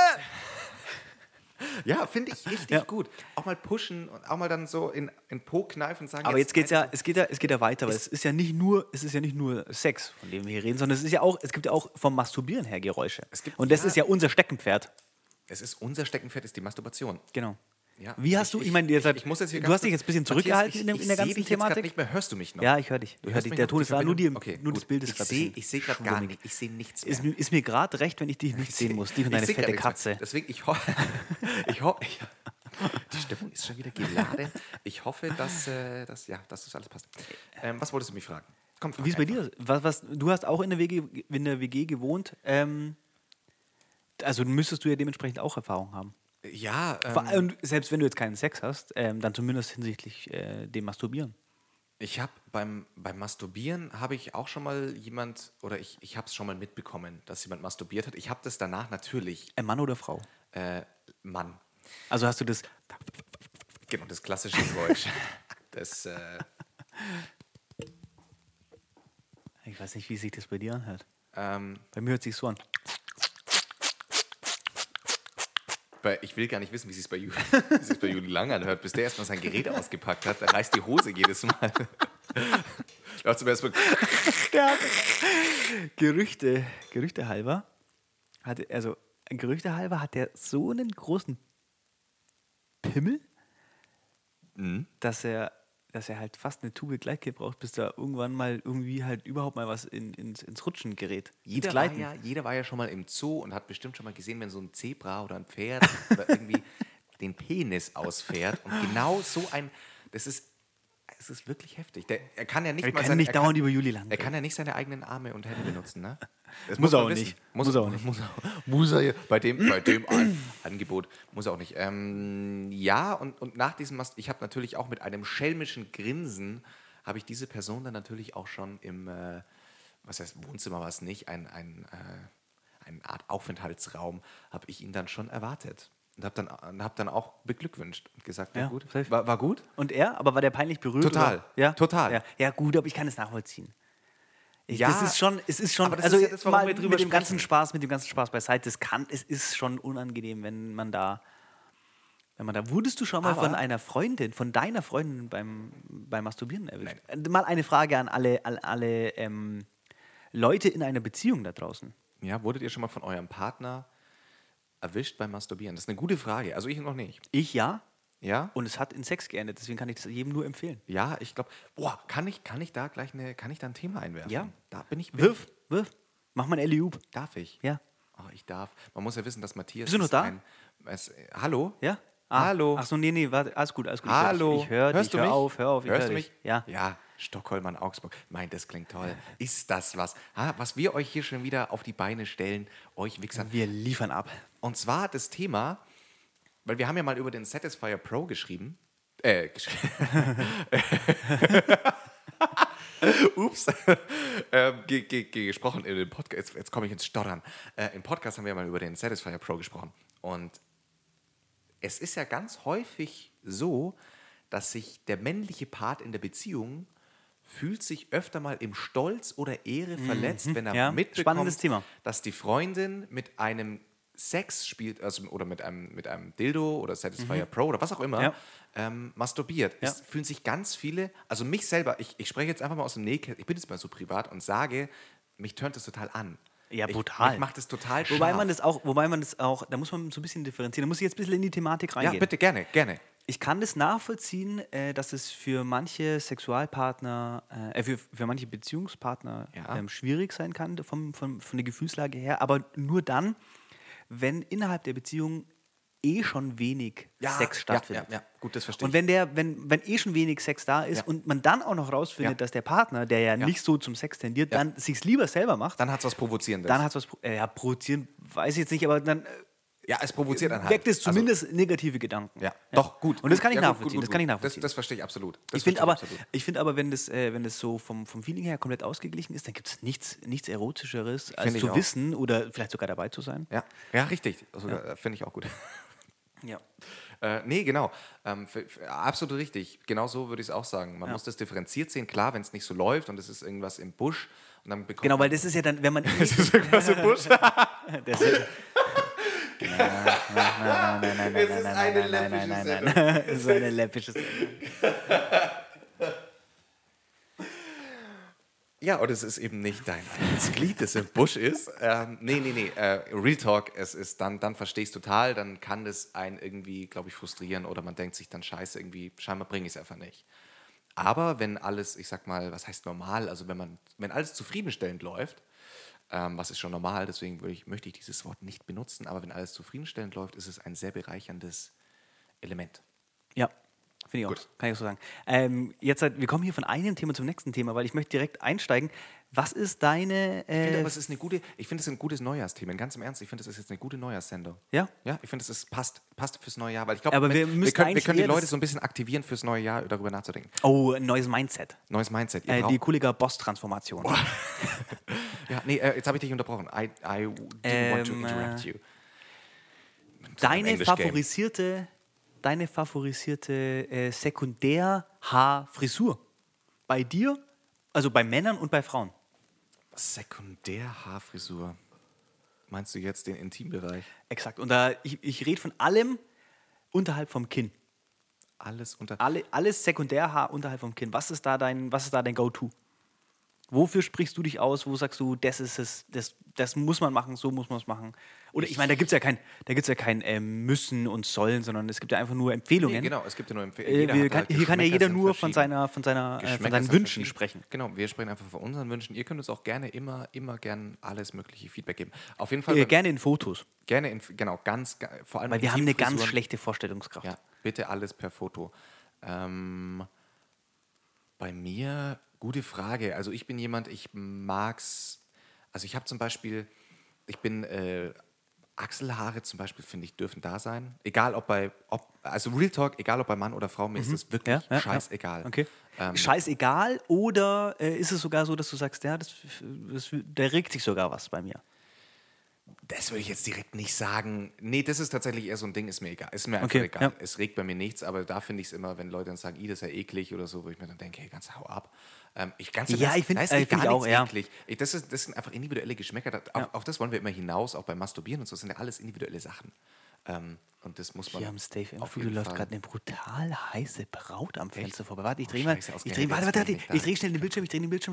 Ja, finde ich richtig gut. Auch mal pushen und auch mal dann so in Po kneifen und sagen.
Aber es geht ja weiter, weil es ist ja nicht nur Sex, von dem wir hier reden, sondern es gibt ja auch vom Masturbieren her Geräusche. Und das ist ja unser Steckenpferd.
Unser Steckenpferd ist die Masturbation.
Genau.
Ja,
wie hast du, ich meine, du hast dich jetzt ein bisschen zurückgehalten in der ganzen Thematik.
Nicht mehr. Hörst du mich noch?
Ja, ich höre dich. Der Ton ist da, nur das Bild ist gerade.
Ich sehe gerade gar nicht. Ich sehe nichts mehr.
Ist mir gerade recht, wenn ich dich nicht sehen muss. Dich und deine fette Katze.
Deswegen, ich hoffe, die Stimmung ist schon wieder geladen. Ich hoffe, dass das alles passt. Was wolltest du mich fragen?
Komm, wie ist bei dir? Du hast auch in der WG gewohnt. Also müsstest du ja dementsprechend auch Erfahrung haben.
Ja.
Und selbst wenn du jetzt keinen Sex hast, dann zumindest hinsichtlich dem Masturbieren.
Ich habe beim Masturbieren habe ich auch schon mal ich habe es schon mal mitbekommen, dass jemand masturbiert hat. Ich habe das danach natürlich.
Ein Mann oder Frau?
Mann.
Also hast du das.
Genau, das klassische Geräusch.
Ich weiß nicht, wie sich das bei dir anhört. Bei mir hört sich so an.
Ich will gar nicht wissen, wie es sich bei Juli Lang anhört, bis der erstmal sein Gerät ausgepackt hat. Da reißt die Hose jedes Mal. Da zum ersten Mal.
Gerüchte halber hat der so einen großen Pimmel, dass er halt fast eine Tube Gleitgel braucht, bis da irgendwann mal irgendwie halt überhaupt mal was ins Rutschen gerät.
Jeder war ja schon mal im Zoo und hat bestimmt schon mal gesehen, wenn so ein Zebra oder ein Pferd oder irgendwie den Penis ausfährt. Und genau so es ist wirklich heftig. Er kann ja nicht
dauernd über Juli Land.
Er kann ja nicht seine eigenen Arme und Hände benutzen, ne?
Das muss er auch nicht.
Muss er bei dem Angebot muss er auch nicht. Ja, und nach diesem ich habe natürlich auch mit einem schelmischen Grinsen habe ich diese Person dann natürlich auch schon im was heißt Wohnzimmer war es nicht, eine Art Aufenthaltsraum, habe ich ihn dann schon erwartet. Und hab dann auch beglückwünscht und gesagt, ja, gut. War gut.
Und er? Aber war der peinlich berührt?
Total.
Oder? Ja?
Total.
Ja, gut, aber ich kann es nachvollziehen. Es ist schon,
aber das ist ja das, warum wir drüber
mit dem ganzen Spaß beiseite, es ist schon unangenehm, wenn man da, wurdest du schon mal von deiner Freundin beim Masturbieren erwischt? Nein. Mal eine Frage an alle Leute in einer Beziehung da draußen.
Ja, wurdet ihr schon mal von eurem Partner erwischt beim Masturbieren? Das ist eine gute Frage. Also ich noch nicht.
Ich ja.
Ja?
Und es hat in Sex geendet, deswegen kann ich das jedem nur empfehlen.
Ja, ich glaube, kann ich da ein Thema einwerfen?
Ja.
Da bin ich.
Wirf. Mach mal ein Alley-oop.
Darf ich?
Ja.
Oh, ich darf. Man muss ja wissen, dass Matthias.
Bist du noch da?
Hallo?
Ja?
Hallo?
Achso, nee, warte, alles gut.
Hallo?
Ich höre dich, hör auf.
Hörst du mich?
Ja.
Ja, Stockholm an Augsburg. Das klingt toll. Ist das was? Was wir euch hier schon wieder auf die Beine stellen, euch Wichsern.
Wir liefern ab.
Und zwar das Thema, weil wir haben ja mal über den Satisfyer Pro geschrieben. Ups. Gesprochen in dem Podcast. Jetzt komme ich ins Stottern. Im Podcast haben wir mal über den Satisfyer Pro gesprochen. Und es ist ja ganz häufig so, dass sich der männliche Part in der Beziehung fühlt sich öfter mal im Stolz oder Ehre verletzt, wenn er mitbekommt, dass die Freundin mit einem Sex spielt, also oder mit einem Dildo oder Satisfyer Pro oder was auch immer, masturbiert. Es fühlen sich ganz viele, also mich selber, ich spreche jetzt einfach mal aus dem Nähkästchen, ich bin jetzt mal so privat und sage, mich tönt das total an.
Ja, brutal.
Ich mache das total scharf.
Wobei man das auch, da muss man so ein bisschen differenzieren, da muss ich jetzt ein bisschen in die Thematik reingehen.
Ja, bitte, gerne.
Ich kann das nachvollziehen, dass es für manche Sexualpartner, für manche Beziehungspartner schwierig sein kann von der Gefühlslage her, aber nur dann, wenn innerhalb der Beziehung schon wenig Sex stattfindet.
Ja, gut, das verstehe
ich. Und wenn schon wenig Sex da ist und man dann auch noch rausfindet, dass der Partner, der nicht so zum Sex tendiert, dann sich's lieber selber macht.
Dann hat es was Provozierendes.
Provozieren weiß ich jetzt nicht, aber dann
es provoziert dann halt.
Weckt es zumindest negative Gedanken.
Ja, doch, gut.
Und das kann ich nachvollziehen.
Das verstehe ich absolut.
Ich finde aber, wenn das so vom Feeling her komplett ausgeglichen ist, dann gibt es nichts Erotischeres, als zu wissen oder vielleicht sogar dabei zu sein.
Ja, richtig. Also, finde ich auch gut.
Ja.
Nee, genau. Absolut richtig. Genau so würde ich es auch sagen. Man muss das differenziert sehen. Klar, wenn es nicht so läuft und es ist irgendwas im Busch. Und dann
genau, weil das ist ja dann, wenn man...
Es ist irgendwas im Busch.
Nein.
Es ist eine läppische Sendung.
Es ist eine läppische Sendung.
Ja, und es ist eben nicht dein eigenes Glied, das im Busch ist. Nee. Real Talk, es ist dann verstehe ich es total, dann kann das einen irgendwie, glaube ich, frustrieren oder man denkt sich dann, scheiße, irgendwie, scheinbar bringe ich es einfach nicht. Aber wenn alles, ich sag mal, was heißt normal, also wenn alles zufriedenstellend läuft, was ist schon normal, deswegen möchte ich dieses Wort nicht benutzen, aber wenn alles zufriedenstellend läuft, ist es ein sehr bereicherndes Element.
Ja, finde ich auch. Kann ich auch so sagen. Wir kommen hier von einem Thema zum nächsten Thema, weil ich möchte direkt einsteigen. Was ist deine...
Ich finde es ein gutes Neujahrsthema. Ganz im Ernst, ich finde, es ist jetzt eine gute Neujahrssendung.
Ja?
Ja, ich finde, es passt fürs neue Jahr, weil ich glaube,
wir können
die Leute so ein bisschen aktivieren fürs neue Jahr, darüber nachzudenken.
Oh, ein neues Mindset. Die Cooliger Boss-Transformation.
Ja, nee, jetzt habe ich dich unterbrochen. I didn't want to interrupt you.
Deine favorisierte Sekundärhaarfrisur. Bei dir, also bei Männern und bei Frauen.
Sekundärhaarfrisur. Meinst du jetzt den Intimbereich?
Exakt. Und ich rede von allem unterhalb vom Kinn. Alles Sekundärhaar unterhalb vom Kinn. Was ist da dein Go-To? Wofür sprichst du dich aus? Wo sagst du, das ist es, das muss man machen, so muss man es machen? Oder ich meine, da gibt es ja kein Müssen und Sollen, sondern es gibt ja einfach nur Empfehlungen.
Nee, genau, es gibt ja nur Empfehlungen.
Hier kann ja jeder nur von seinen Wünschen sprechen.
Genau, wir sprechen einfach von unseren Wünschen. Ihr könnt uns auch gerne immer gern alles mögliche Feedback geben. Auf jeden Fall.
Gerne in Fotos.
Genau, vor allem.
Weil wir haben eine ganz schlechte Vorstellungskraft.
Ja, bitte alles per Foto. Bei mir, gute Frage. Also ich bin jemand, ich mag's. Also ich habe zum Beispiel, Achselhaare zum Beispiel, finde ich, dürfen da sein. Egal also Real Talk, egal ob bei Mann oder Frau, mir ist das wirklich scheißegal.
Ja. Okay. Scheißegal oder ist es sogar so, dass du sagst, ja, da regt sich sogar was bei mir?
Das würde ich jetzt direkt nicht sagen. Nee, das ist tatsächlich eher so ein Ding, ist mir egal. Ist mir einfach egal. Ja. Es regt bei mir nichts, aber da finde ich es immer, wenn Leute dann sagen, das ist ja eklig oder so, wo ich mir dann denke, hey, ganz hau ab.
Ich finde auch
eklig. Das sind einfach individuelle Geschmäcker. Auf das wollen wir immer hinaus, auch beim Masturbieren und so, das sind ja alles individuelle Sachen. Und das muss man.
Hier am Stave im Studio läuft gerade eine brutal heiße Braut am Fenster vorbei. Warte, ich drehe schnell den Bildschirm.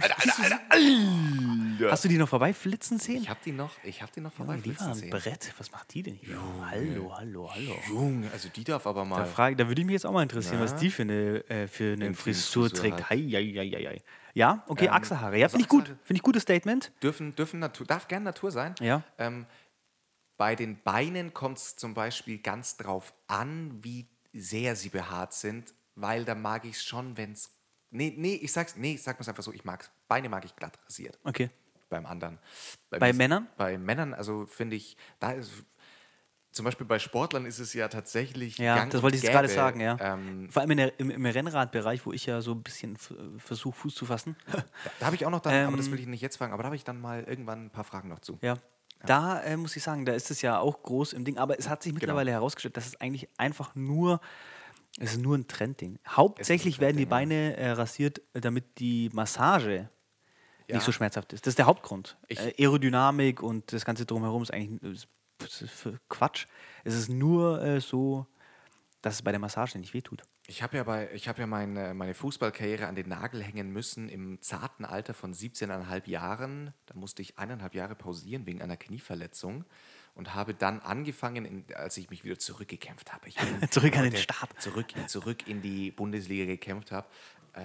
Alter. Hast du die noch vorbeiflitzen sehen?
Ich hab die noch vorbeiflitzen sehen.
Brett, was macht die denn hier? Hallo.
Junge, also die darf aber mal.
Da würde ich mich jetzt auch mal interessieren, was die für eine Frisur trägt. Ja, okay, Achselhaare. Ja, finde ich gut. Finde ich gutes Statement.
Darf gern Natur sein.
Ja.
Bei den Beinen kommt es zum Beispiel ganz drauf an, wie sehr sie behaart sind, weil da mag ich es schon, wenn es... ich sag mal es einfach so, Beine mag ich glatt rasiert.
Okay.
Beim anderen.
Bei Männern?
Bei Männern, also finde ich, da ist... zum Beispiel bei Sportlern ist es ja tatsächlich
gang das wollte ich jetzt gerade sagen, ja. Vor allem im Rennradbereich, wo ich ja so ein bisschen versuche, Fuß zu fassen.
Da habe ich auch noch dann, aber das will ich nicht jetzt fragen, aber da habe ich dann mal irgendwann ein paar Fragen noch zu.
Ja. Da muss ich sagen, da ist es ja auch groß im Ding, aber es hat sich mittlerweile herausgestellt, dass es eigentlich einfach nur, es ist nur ein Trendding. Hauptsächlich werden die Beine rasiert, damit die Massage nicht so schmerzhaft ist. Das ist der Hauptgrund. Aerodynamik und das Ganze drumherum ist eigentlich Quatsch. Es ist nur so, dass es bei der Massage nicht wehtut.
Ich habe ja meine Fußballkarriere an den Nagel hängen müssen im zarten Alter von 17,5 Jahren. Da musste ich 1,5 Jahre pausieren wegen einer Knieverletzung und habe dann angefangen, als ich mich wieder zurückgekämpft habe.
Zurück an den Start.
Zurück in die Bundesliga gekämpft habe.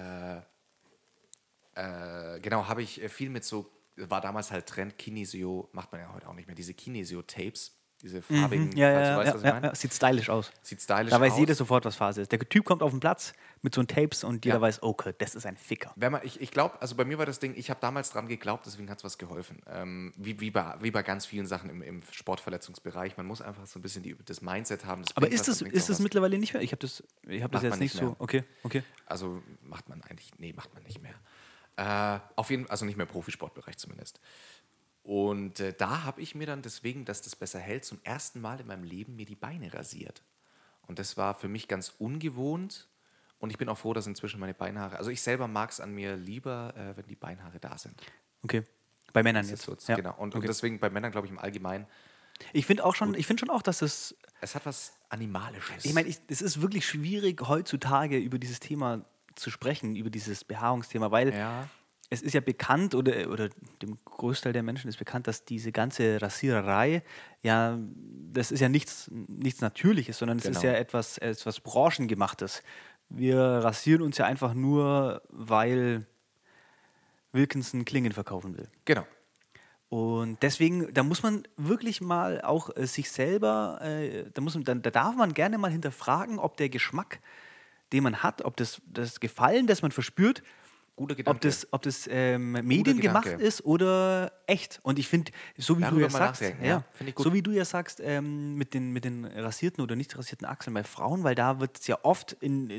Genau, habe ich viel mit so, war damals halt Trend, Kinesio, macht man ja heute auch nicht mehr, diese Kinesio-Tapes, diese farbigen,
was ich meine? Sieht stylisch aus. Da weiß jeder sofort, was Phase ist. Der Typ kommt auf den Platz mit so Tapes und jeder weiß, okay, das ist ein Ficker.
Ich glaube, also bei mir war das Ding, ich habe damals dran geglaubt, deswegen hat es was geholfen. Wie bei ganz vielen Sachen im Sportverletzungsbereich. Man muss einfach so ein bisschen das Mindset haben. Das
aber ist es mittlerweile nicht mehr? Ich habe das jetzt nicht so. Okay.
Also macht man nicht mehr. Auf jeden Fall, also nicht mehr Profisportbereich zumindest. Und da habe ich mir dann deswegen, dass das besser hält, zum ersten Mal in meinem Leben mir die Beine rasiert. Und das war für mich ganz ungewohnt. Und ich bin auch froh, dass inzwischen meine Beinhaare, also ich selber mag es an mir lieber, wenn die Beinhaare da sind.
Okay. Bei Männern jetzt.
So, genau. Und deswegen bei Männern, glaube ich, im Allgemeinen.
Ich finde schon auch, dass es
hat was Animalisches.
Ich meine, es ist wirklich schwierig, heutzutage über dieses Thema zu sprechen, über dieses Behaarungsthema, weil es ist ja bekannt oder dem Großteil der Menschen ist bekannt, dass diese ganze Rasiererei, das ist ja nichts Natürliches, sondern es ist ja etwas Branchengemachtes. Wir rasieren uns ja einfach nur, weil Wilkinson Klingen verkaufen will.
Genau.
Und deswegen, da muss man wirklich mal auch sich selber, da darf man gerne mal hinterfragen, ob der Geschmack, den man hat, ob das Gefallen, das man verspürt, ob das mediengemacht ist oder echt. Und ich finde, so wie du ja sagst, so wie du ja sagst, mit den rasierten oder nicht rasierten Achseln bei Frauen, weil da wird es ja oft in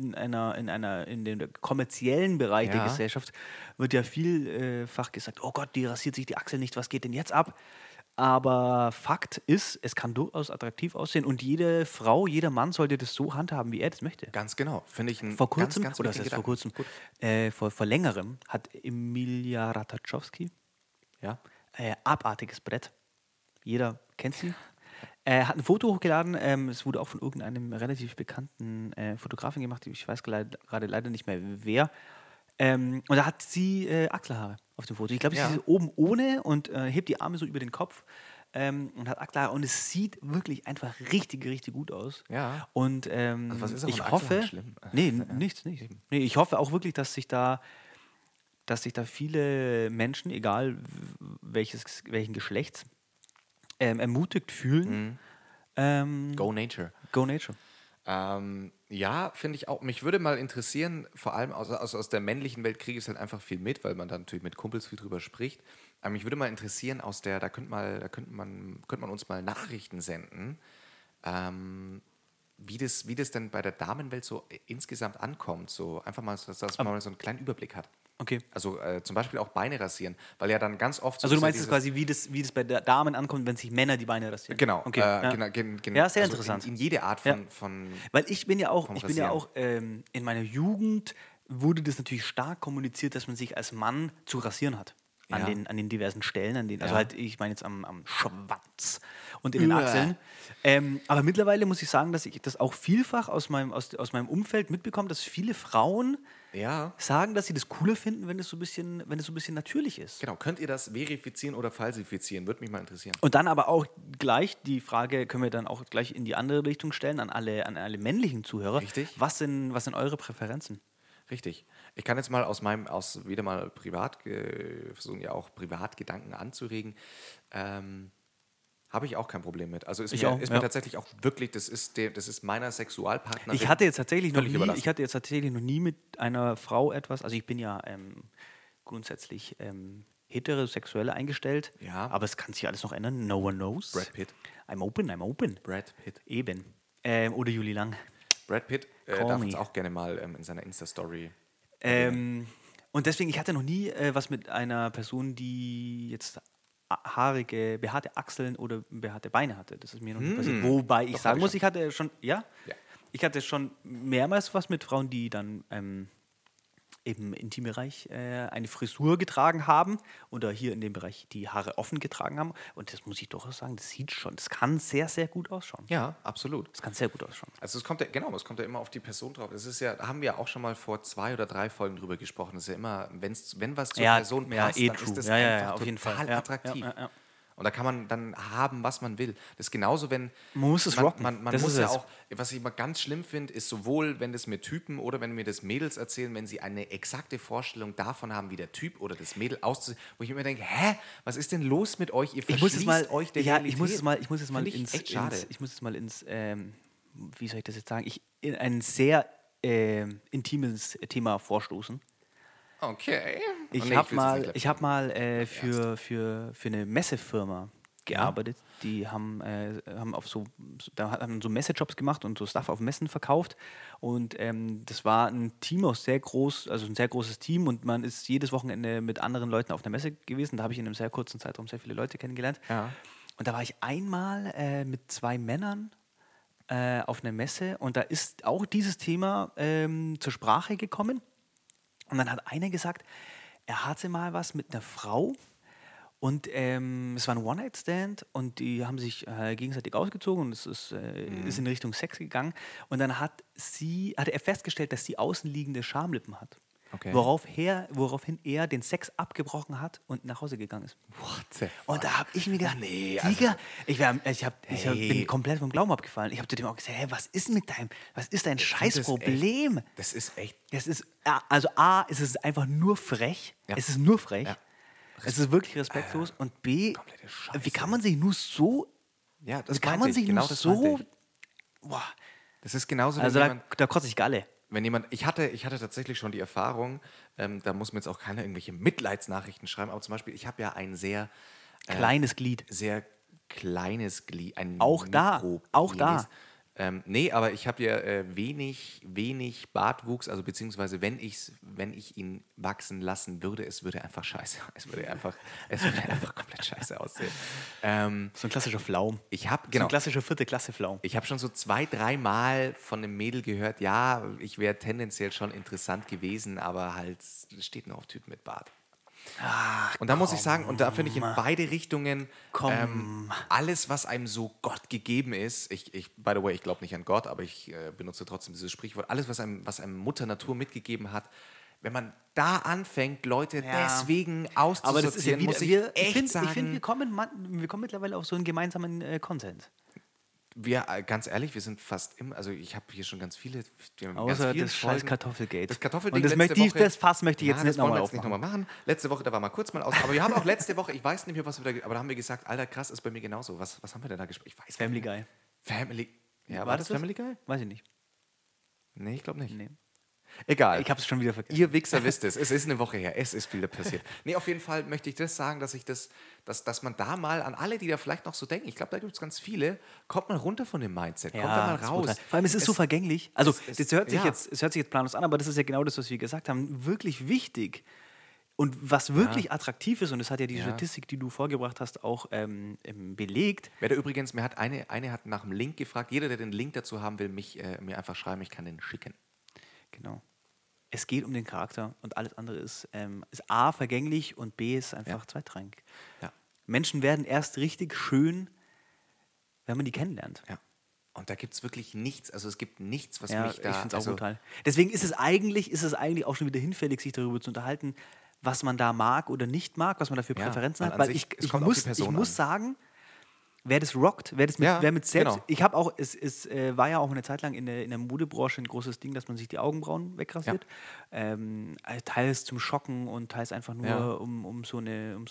dem kommerziellen Bereich der Gesellschaft wird ja vielfach gesagt, oh Gott, die rasiert sich die Achsel nicht, was geht denn jetzt ab? Aber Fakt ist, es kann durchaus attraktiv aussehen und jede Frau, jeder Mann sollte das so handhaben, wie er das möchte.
Ganz genau. Finde ich
vor kurzem, vor längerem hat Emilia Ratajkowski, abartiges Brett, jeder kennt sie, hat ein Foto hochgeladen, es wurde auch von irgendeinem relativ bekannten Fotografen gemacht, ich weiß gerade leider nicht mehr wer, und da hat sie Achselhaare auf dem Foto. Ich glaube, sie ist oben ohne und hebt die Arme so über den Kopf und hat Achselhaare. Und es sieht wirklich einfach richtig, richtig gut aus.
Ja.
Und
also was ist auch
ich hoffe,
schlimm?
Nichts. Nee, ich hoffe auch wirklich, dass sich da viele Menschen, egal welchen Geschlechts, ermutigt fühlen.
Go Nature. Ja, finde ich auch. Mich würde mal interessieren, vor allem aus der männlichen Welt kriege ich es halt einfach viel mit, weil man da natürlich mit Kumpels viel drüber spricht. Aber mich würde mal interessieren, da könnte man uns mal Nachrichten senden, wie das denn bei der Damenwelt so insgesamt ankommt. So einfach mal, dass man mal so einen kleinen Überblick hat.
Okay.
Also zum Beispiel auch Beine rasieren, weil ja dann ganz oft so.
Also du meinst jetzt quasi, wie das bei der Damen ankommt, wenn sich Männer die Beine rasieren?
Genau.
Okay.
Genau.
Ja, sehr interessant.
In jede Art von
weil ich bin ja auch in meiner Jugend wurde das natürlich stark kommuniziert, dass man sich als Mann zu rasieren hat. An den diversen Stellen, also halt, ich meine jetzt am Schwanz und in den Achseln. Aber mittlerweile muss ich sagen, dass ich das auch vielfach aus meinem Umfeld mitbekomme, dass viele Frauen sagen, dass sie das cooler finden, wenn es so ein bisschen natürlich ist.
Genau, könnt ihr das verifizieren oder falsifizieren? Würde mich mal interessieren.
Und dann aber auch gleich, die Frage können wir dann auch gleich in die andere Richtung stellen, an alle männlichen Zuhörer.
Richtig.
Was sind eure Präferenzen?
Richtig. Ich kann jetzt mal wieder mal versuchen ja auch Privatgedanken anzuregen. Habe ich auch kein Problem mit. Also ist mir tatsächlich auch wirklich, das ist meiner Sexualpartnerin.
Ich hatte jetzt tatsächlich noch nie mit einer Frau etwas, also ich bin ja grundsätzlich heterosexuell eingestellt.
Ja.
Aber es kann sich alles noch ändern. No one knows.
Brad Pitt.
I'm open.
Brad Pitt.
Eben. Oder Julie Lang.
Brad Pitt darf uns auch gerne mal in seiner Insta-Story.
Und deswegen, ich hatte noch nie was mit einer Person, die jetzt behaarte Achseln oder behaarte Beine hatte. Das ist mir noch nie passiert. Wobei ich sagen muss, ich hatte schon mehrmals was mit Frauen, die dann im Intimbereich eine Frisur getragen haben oder hier in dem Bereich die Haare offen getragen haben. Und das muss ich doch sagen, das kann sehr, sehr gut ausschauen.
Ja, absolut.
Das kann sehr gut ausschauen.
Also es kommt ja immer auf die Person drauf. Das ist ja, da haben wir auch schon mal vor 2 oder 3 Folgen drüber gesprochen. Das ist ja immer, wenn was zur Person passt, dann ist das einfach
auf jeden
total
Fall.
attraktiv. Und da kann man dann haben, was man will. Das ist genauso, wenn...
Man muss es rocken.
Man muss ja auch... Was ich immer ganz schlimm finde, ist sowohl, wenn das mir Typen oder wenn mir das Mädels erzählen, wenn sie eine exakte Vorstellung davon haben, wie der Typ oder das Mädel auszusehen, wo ich mir denke, was ist denn los mit euch? Ihr verschließt euch der Realität.
Ich muss es mal ins... wie soll ich das jetzt sagen? In ein sehr intimes Thema vorstoßen.
Okay.
Ich habe mal für eine Messefirma gearbeitet. Die haben so Messejobs gemacht und so Stuff auf Messen verkauft. Und das war ein Team ein sehr großes Team. Und man ist jedes Wochenende mit anderen Leuten auf einer Messe gewesen. Da habe ich in einem sehr kurzen Zeitraum sehr viele Leute kennengelernt.
Ja.
Und da war ich einmal mit 2 Männern auf einer Messe. Und da ist auch dieses Thema zur Sprache gekommen. Und dann hat einer gesagt, er hatte mal was mit einer Frau und es war ein One-Night-Stand und die haben sich gegenseitig ausgezogen und es ist in Richtung Sex gegangen. Und dann hatte er festgestellt, dass sie außenliegende Schamlippen hat.
Okay.
Woraufhin er den Sex abgebrochen hat und nach Hause gegangen ist.
What the fuck?
Und da habe ich mir gedacht, Digga, bin komplett vom Glauben abgefallen. Ich habe zu dem auch gesagt, was ist dein Scheißproblem?
Das ist echt.
Also A, es ist einfach nur frech. Ja. Es ist nur frech. Ja. Es ist wirklich respektlos. Und B, wie kann man sich nur so...
Ja, das kann man sich
nur so...
Boah. Das ist genauso...
Also da kotze ich Galle.
Wenn jemand, ich hatte tatsächlich schon die Erfahrung, da muss mir jetzt auch keiner irgendwelche Mitleidsnachrichten schreiben, aber zum Beispiel, ich habe ja ein sehr
kleines Glied.
Sehr kleines Glied.
Auch da.
Nee, aber ich habe ja wenig Bartwuchs, also beziehungsweise wenn ich ihn wachsen lassen würde, es würde einfach scheiße. Es würde einfach komplett scheiße aussehen.
So ein klassischer Flaum.
So
ein klassischer 4. Klasse Flaum.
Ich habe schon so 2-3 Mal von einem Mädel gehört, ja, ich wäre tendenziell schon interessant gewesen, aber halt steht nur auf Typen mit Bart. Und da muss ich sagen, und da finde ich in beide Richtungen alles, was einem so Gott gegeben ist, by the way, ich glaube nicht an Gott, aber ich benutze trotzdem dieses Sprichwort, alles, was einem Mutter Natur mitgegeben hat, wenn man da anfängt, Leute deswegen auszusortieren, muss ich echt sagen...
Ich finde, wir kommen mittlerweile auf so einen gemeinsamen Konsens.
Ganz ehrlich, wir sind fast immer, also ich habe hier schon ganz viele...
Außer das scheiß Kartoffelgate.
Das Kartoffelgate
und das Fass möchte ich jetzt nicht nochmal aufmachen.
Das wollen wir jetzt nicht nochmal machen. Letzte Woche, da war mal kurz mal aus. Aber wir haben auch letzte Woche, ich weiß nicht mehr, was wir da... Aber da haben wir gesagt, Alter, krass, ist bei mir genauso. Was haben wir denn da gesprochen? Ich weiß
Family Guy.
Ja, war das Family Guy?
Weiß ich nicht.
Nee, ich glaube nicht.
Nee.
Egal.
Ich habe es schon wieder vergessen.
Ihr Wichser wisst es. Es ist eine Woche her. Es ist wieder passiert. Nee, auf jeden Fall möchte ich das sagen, dass man da mal an alle, die da vielleicht noch so denken, ich glaube, da gibt es ganz viele, kommt mal runter von dem Mindset. Kommt da mal raus.
Vor allem, es ist so vergänglich. Also, es hört sich jetzt planlos an, aber das ist ja genau das, was wir gesagt haben. Wirklich wichtig. Und was wirklich attraktiv ist, und das hat ja die Statistik, die du vorgebracht hast, auch belegt.
Mir hat eine hat nach dem Link gefragt. Jeder, der den Link dazu haben will, mir einfach schreiben, ich kann den schicken.
Genau. Es geht um den Charakter und alles andere ist A, vergänglich und B, ist einfach zweitrangig.
Ja.
Menschen werden erst richtig schön, wenn man die kennenlernt.
Ja. Und da gibt es wirklich nichts, also es gibt nichts, was mich da...
Ich finde es auch brutal. Deswegen ist es eigentlich auch schon wieder hinfällig, sich darüber zu unterhalten, was man da mag oder nicht mag, was man da für Präferenzen hat. Weil ich muss sagen, wer das rockt, wer mit selbst...
Genau.
Ich habe auch, es war ja auch eine Zeit lang in der Modebranche ein großes Ding, dass man sich die Augenbrauen wegrasiert. Ja. Teils zum Schocken und teils einfach nur, um so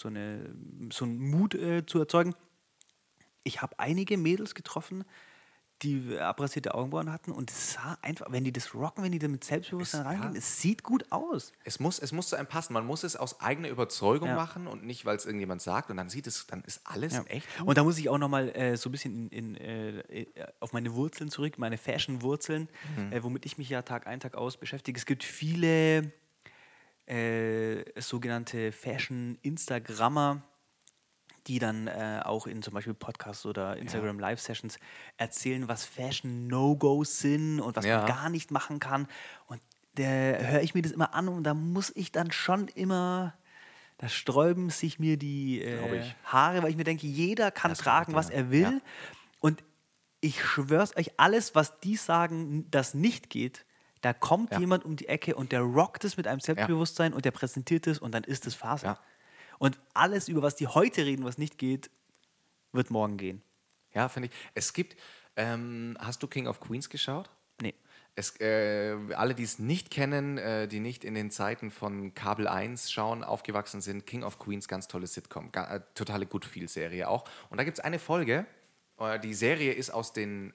einen Mut zu erzeugen. Ich habe einige Mädels getroffen, die abrasierte Augenbrauen hatten und es sah einfach, wenn die das rocken, wenn die da mit Selbstbewusstsein reingehen, es sieht gut aus.
Es muss zu einem passen. Man muss es aus eigener Überzeugung machen und nicht, weil es irgendjemand sagt und dann ist alles echt gut.
Und da muss ich auch nochmal so ein bisschen auf meine Wurzeln zurück, meine Fashion-Wurzeln, womit ich mich ja Tag ein, Tag aus beschäftige. Es gibt viele sogenannte Fashion-Instagrammer, die dann auch in zum Beispiel Podcasts oder Instagram Live-Sessions erzählen, was Fashion-No-Gos sind und was man gar nicht machen kann. Und da höre ich mir das immer an und da muss ich dann schon immer, da sträuben sich mir die Haare, weil ich mir denke, jeder kann tragen, was er will. Ja. Und ich schwör's euch, alles, was die sagen, das nicht geht, da kommt jemand um die Ecke und der rockt es mit einem Selbstbewusstsein und der präsentiert es und dann ist es Phase. Ja. Und alles, über was die heute reden, was nicht geht, wird morgen gehen.
Ja, finde ich. Es gibt, hast du King of Queens geschaut?
Nee.
Alle, die es nicht kennen, die nicht in den Zeiten von Kabel 1 schauen, aufgewachsen sind, King of Queens, ganz tolle Sitcom, totale Good-Feel-Serie auch. Und da gibt es eine Folge, die Serie ist aus den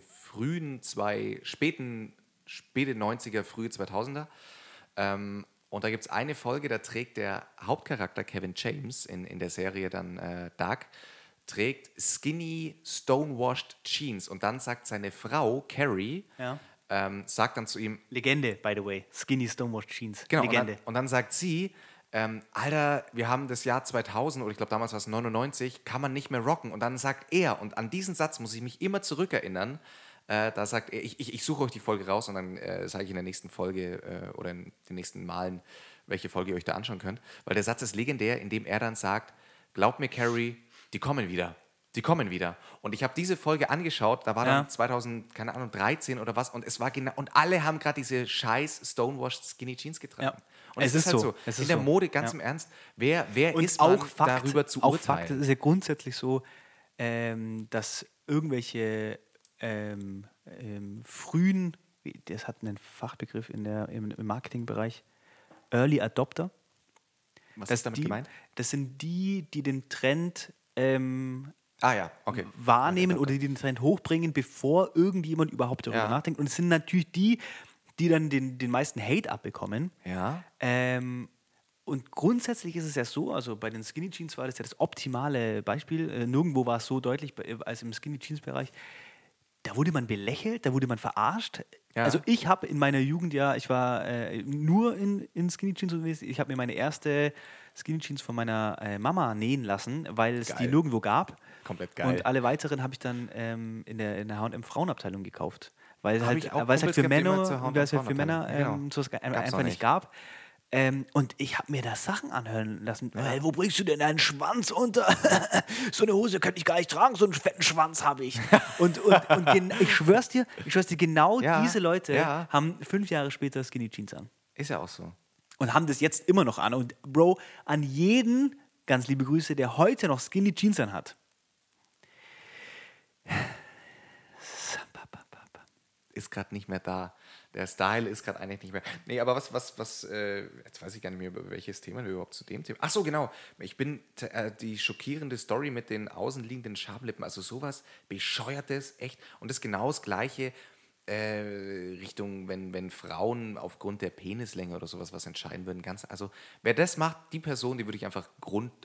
späte 90er, frühe 2000er. Und da gibt es eine Folge, da trägt der Hauptcharakter Kevin James in der Serie dann Doug, trägt skinny, stonewashed Jeans. Und dann sagt seine Frau, Carrie, sagt dann zu ihm...
Legende, by the way. Skinny, stonewashed Jeans.
Genau,
Legende.
Und dann sagt sie, Alter, wir haben das Jahr 2000, oder ich glaube damals war es 99, kann man nicht mehr rocken. Und dann sagt er, und an diesen Satz muss ich mich immer zurückerinnern, da sagt er, ich suche euch die Folge raus und dann sage ich in der nächsten Folge oder in den nächsten Malen, welche Folge ihr euch da anschauen könnt. Weil der Satz ist legendär, indem er dann sagt, glaub mir, Carrie, die kommen wieder. Die kommen wieder. Und ich habe diese Folge angeschaut, da war dann 2013 oder was, und es war genau, und alle haben gerade diese scheiß Stonewashed Skinny Jeans getragen. Ja. Und es ist halt so. In der Mode, ganz im Ernst, wer ist man darüber zu urteilen? Auch Fakt,
es ist ja grundsätzlich so, dass irgendwelche frühen, das hat einen Fachbegriff im Marketingbereich, Early Adopter.
Was ist damit gemeint?
Das sind die den Trend
wahrnehmen
oder die den Trend hochbringen, bevor irgendjemand überhaupt darüber nachdenkt. Und es sind natürlich die dann den meisten Hate abbekommen.
Ja.
Und grundsätzlich ist es ja so, also bei den Skinny Jeans war das ja das optimale Beispiel. Nirgendwo war es so deutlich als im Skinny Jeans Bereich. Da wurde man belächelt, da wurde man verarscht. Ja. Also ich habe in meiner Jugend ich war nur in Skinny Jeans unterwegs. Ich habe mir meine erste Skinny Jeans von meiner Mama nähen lassen, weil es die nirgendwo gab.
Komplett geil.
Und alle weiteren habe ich dann in der H&M Frauenabteilung gekauft. Weil es halt für Männer einfach nicht gab. Und ich habe mir da Sachen anhören lassen. Wo bringst du denn deinen Schwanz unter? So eine Hose könnte ich gar nicht tragen, so einen fetten Schwanz habe ich. Und ich schwör's dir, genau diese Leute haben 5 Jahre später Skinny Jeans an.
Ist ja auch so.
Und haben das jetzt immer noch an. Und Bro, an jeden, ganz liebe Grüße, der heute noch Skinny Jeans an hat.
Ist gerade nicht mehr da. Der Style ist gerade eigentlich nicht mehr. Nee, aber was jetzt weiß ich gar nicht mehr, über welches Thema wir überhaupt zu dem Thema. Ach so, genau. Ich bin die schockierende Story mit den außenliegenden Schamlippen, also sowas Bescheuertes, echt. Und das genau das Gleiche Richtung, wenn Frauen aufgrund der Penislänge oder sowas was entscheiden würden. Also, wer das macht, die Person, die würde ich einfach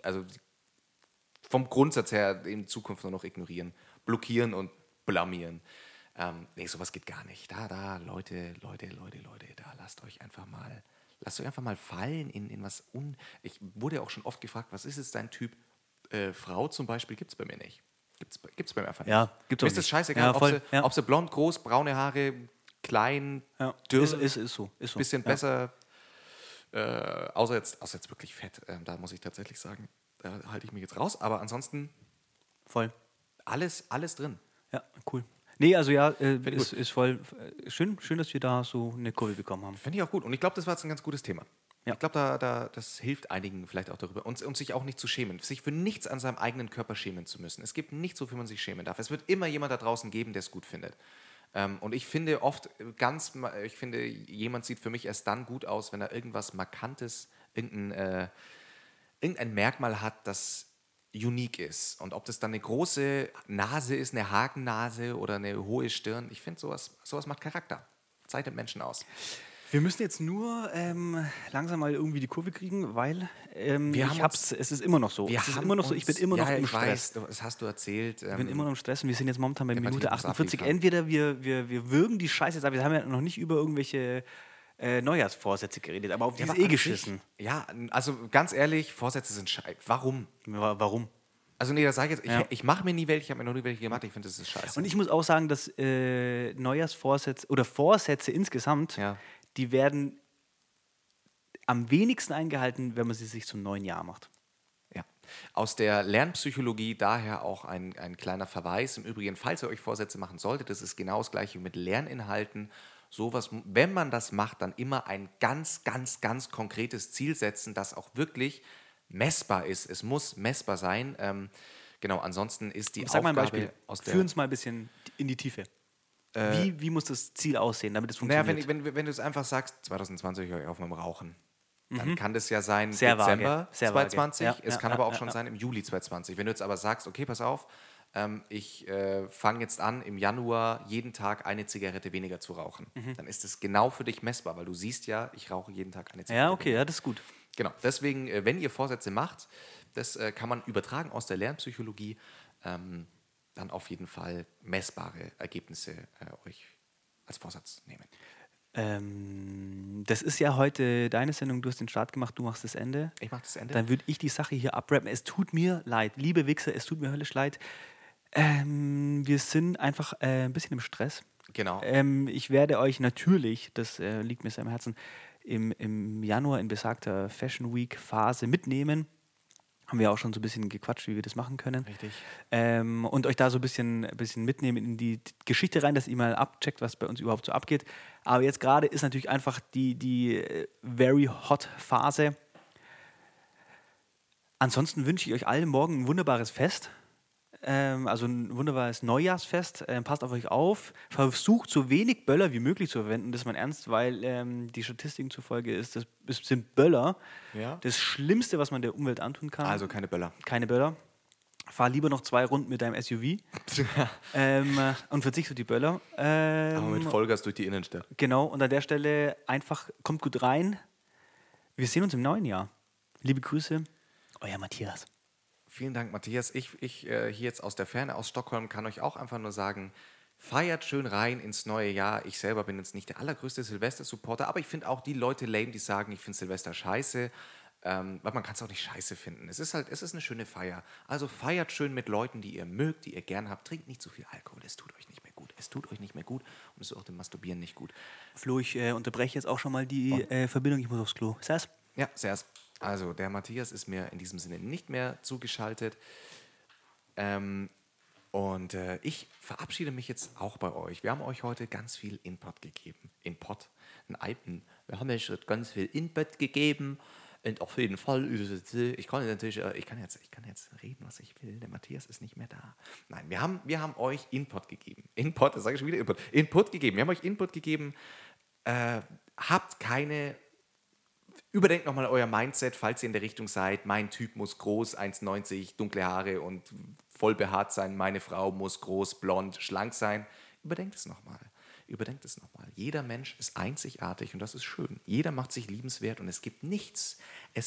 vom Grundsatz her in Zukunft nur noch ignorieren, blockieren und blamieren. Nee, sowas geht gar nicht. Da, Leute, da lasst euch einfach mal fallen in was Ich wurde ja auch schon oft gefragt, was ist jetzt dein Typ? Frau zum Beispiel gibt es bei mir nicht. Gibt's bei mir einfach nicht.
Ja, gibt's auch
nicht. Mir ist das scheißegal, ob sie blond, groß, braune Haare, klein, dürr,
ist so.
Bisschen besser, außer jetzt wirklich fett. Da muss ich tatsächlich sagen, da halte ich mich jetzt raus. Aber ansonsten
voll.
Alles drin.
Ja, cool. Nee, also ist voll schön, dass wir da so eine Kurve bekommen haben.
Finde ich auch gut. Und ich glaube, das war jetzt ein ganz gutes Thema. Ja. Ich glaube, das hilft einigen vielleicht auch darüber. Und sich auch nicht zu schämen. Sich für nichts an seinem eigenen Körper schämen zu müssen. Es gibt nichts, wofür man sich schämen darf. Es wird immer jemand da draußen geben, der es gut findet. Und ich finde jemand sieht für mich erst dann gut aus, wenn er irgendwas Markantes, irgendein Merkmal hat, das unique ist. Und ob das dann eine große Nase ist, eine Hakennase oder eine hohe Stirn, ich finde, sowas macht Charakter. Zeichnet Menschen aus.
Wir müssen jetzt nur langsam mal irgendwie die Kurve kriegen, weil es ist immer noch so. Ich bin immer noch im Stress.
Weiß, das hast du erzählt.
Ich bin immer noch im Stress und wir sind jetzt momentan bei Minute 48. Entweder wir würgen die Scheiße jetzt ab, wir haben ja noch nicht über irgendwelche Neujahrsvorsätze geredet, aber auf die ist geschissen.
Ja, also ganz ehrlich, Vorsätze sind scheiße. Warum?
Warum?
Also nee, das sage ich jetzt, ich mache mir nie welche, ich habe mir noch nie welche gemacht, ich finde, das ist scheiße.
Und ich muss auch sagen, dass Neujahrsvorsätze oder Vorsätze insgesamt, die werden am wenigsten eingehalten, wenn man sie sich zum neuen Jahr macht.
Ja, aus der Lernpsychologie daher auch ein kleiner Verweis. Im Übrigen, falls ihr euch Vorsätze machen solltet, das ist genau das Gleiche mit Lerninhalten. Sowas, wenn man das macht, dann immer ein ganz, ganz, ganz konkretes Ziel setzen, das auch wirklich messbar ist. Es muss messbar sein. Genau, ansonsten ist die
Sag mal ein Beispiel. Führ uns mal ein bisschen in die Tiefe. Wie muss das Ziel aussehen, damit es funktioniert?
Naja, wenn du es einfach sagst, 2020 höre ich auf mit dem Rauchen, dann kann das ja sein
sehr
Dezember
vage.
2020, es kann aber auch schon sein im Juli 2020. Wenn du jetzt aber sagst, okay, pass auf, ich fange jetzt an, im Januar jeden Tag eine Zigarette weniger zu rauchen, dann ist es genau für dich messbar, weil du siehst ja, ich rauche jeden Tag eine Zigarette.
Ja, okay, ja, das ist gut.
Genau, deswegen, wenn ihr Vorsätze macht, das kann man übertragen aus der Lernpsychologie, dann auf jeden Fall messbare Ergebnisse euch als Vorsatz nehmen.
Das ist ja heute deine Sendung, du hast den Start gemacht, du machst das Ende.
Ich mach das Ende.
Dann würde ich die Sache hier abrappen. Es tut mir leid, liebe Wichser, es tut mir höllisch leid. Wir sind einfach ein bisschen im Stress.
Genau.
Ich werde euch natürlich, das liegt mir sehr am Herzen, im Januar in besagter Fashion Week Phase mitnehmen. Haben wir auch schon so ein bisschen gequatscht, wie wir das machen können.
Richtig.
Und euch da so ein bisschen mitnehmen in die Geschichte rein, dass ihr mal abcheckt, was bei uns überhaupt so abgeht. Aber jetzt gerade ist natürlich einfach die very hot Phase. Ansonsten wünsche ich euch allen morgen ein wunderbares Fest. Also ein wunderbares Neujahrsfest. Passt auf euch auf. Versucht so wenig Böller wie möglich zu verwenden. Das ist mein Ernst, weil die Statistiken zufolge sind Böller das Schlimmste, was man der Umwelt antun kann.
Also keine Böller.
Keine Böller. Fahr lieber noch 2 Runden mit deinem SUV und verzicht auf die Böller.
Aber mit Vollgas durch die Innenstadt.
Genau, und an der Stelle einfach kommt gut rein. Wir sehen uns im neuen Jahr. Liebe Grüße, euer Matthias.
Vielen Dank, Matthias. Ich hier jetzt aus der Ferne, aus Stockholm, kann euch auch einfach nur sagen, feiert schön rein ins neue Jahr. Ich selber bin jetzt nicht der allergrößte Silvester-Supporter, aber ich finde auch die Leute lame, die sagen, ich finde Silvester scheiße, weil man kann es auch nicht scheiße finden. Es ist eine schöne Feier. Also feiert schön mit Leuten, die ihr mögt, die ihr gern habt. Trinkt nicht zu viel Alkohol, es tut euch nicht mehr gut. Es tut euch nicht mehr gut und es ist auch dem Masturbieren nicht gut.
Flo, ich unterbreche jetzt auch schon mal die Verbindung. Ich muss aufs Klo. Servus.
Ja, servus. Also, der Matthias ist mir in diesem Sinne nicht mehr zugeschaltet. Ich verabschiede mich jetzt auch bei euch. Wir haben euch heute ganz viel Input gegeben. Wir haben euch ganz viel Input gegeben. Und auf jeden Fall, ich kann jetzt reden, was ich will. Der Matthias ist nicht mehr da. Nein, wir haben euch Input gegeben. Input, das sage ich schon wieder, Input. Input gegeben. Wir haben euch Input gegeben. Überdenkt nochmal euer Mindset, falls ihr in der Richtung seid. Mein Typ muss groß, 1,90, dunkle Haare und voll behaart sein. Meine Frau muss groß, blond, schlank sein. Überdenkt es nochmal. Jeder Mensch ist einzigartig und das ist schön. Jeder macht sich liebenswert und es gibt nichts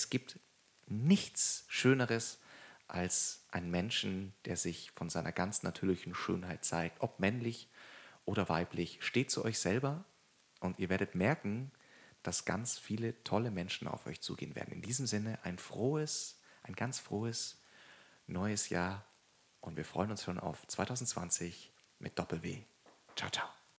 Schöneres als einen Menschen, der sich von seiner ganz natürlichen Schönheit zeigt. Ob männlich oder weiblich. Steht zu euch selber und ihr werdet merken, dass ganz viele tolle Menschen auf euch zugehen werden. In diesem Sinne ein ganz frohes neues Jahr und wir freuen uns schon auf 2020 mit Doppel-W. Ciao, ciao.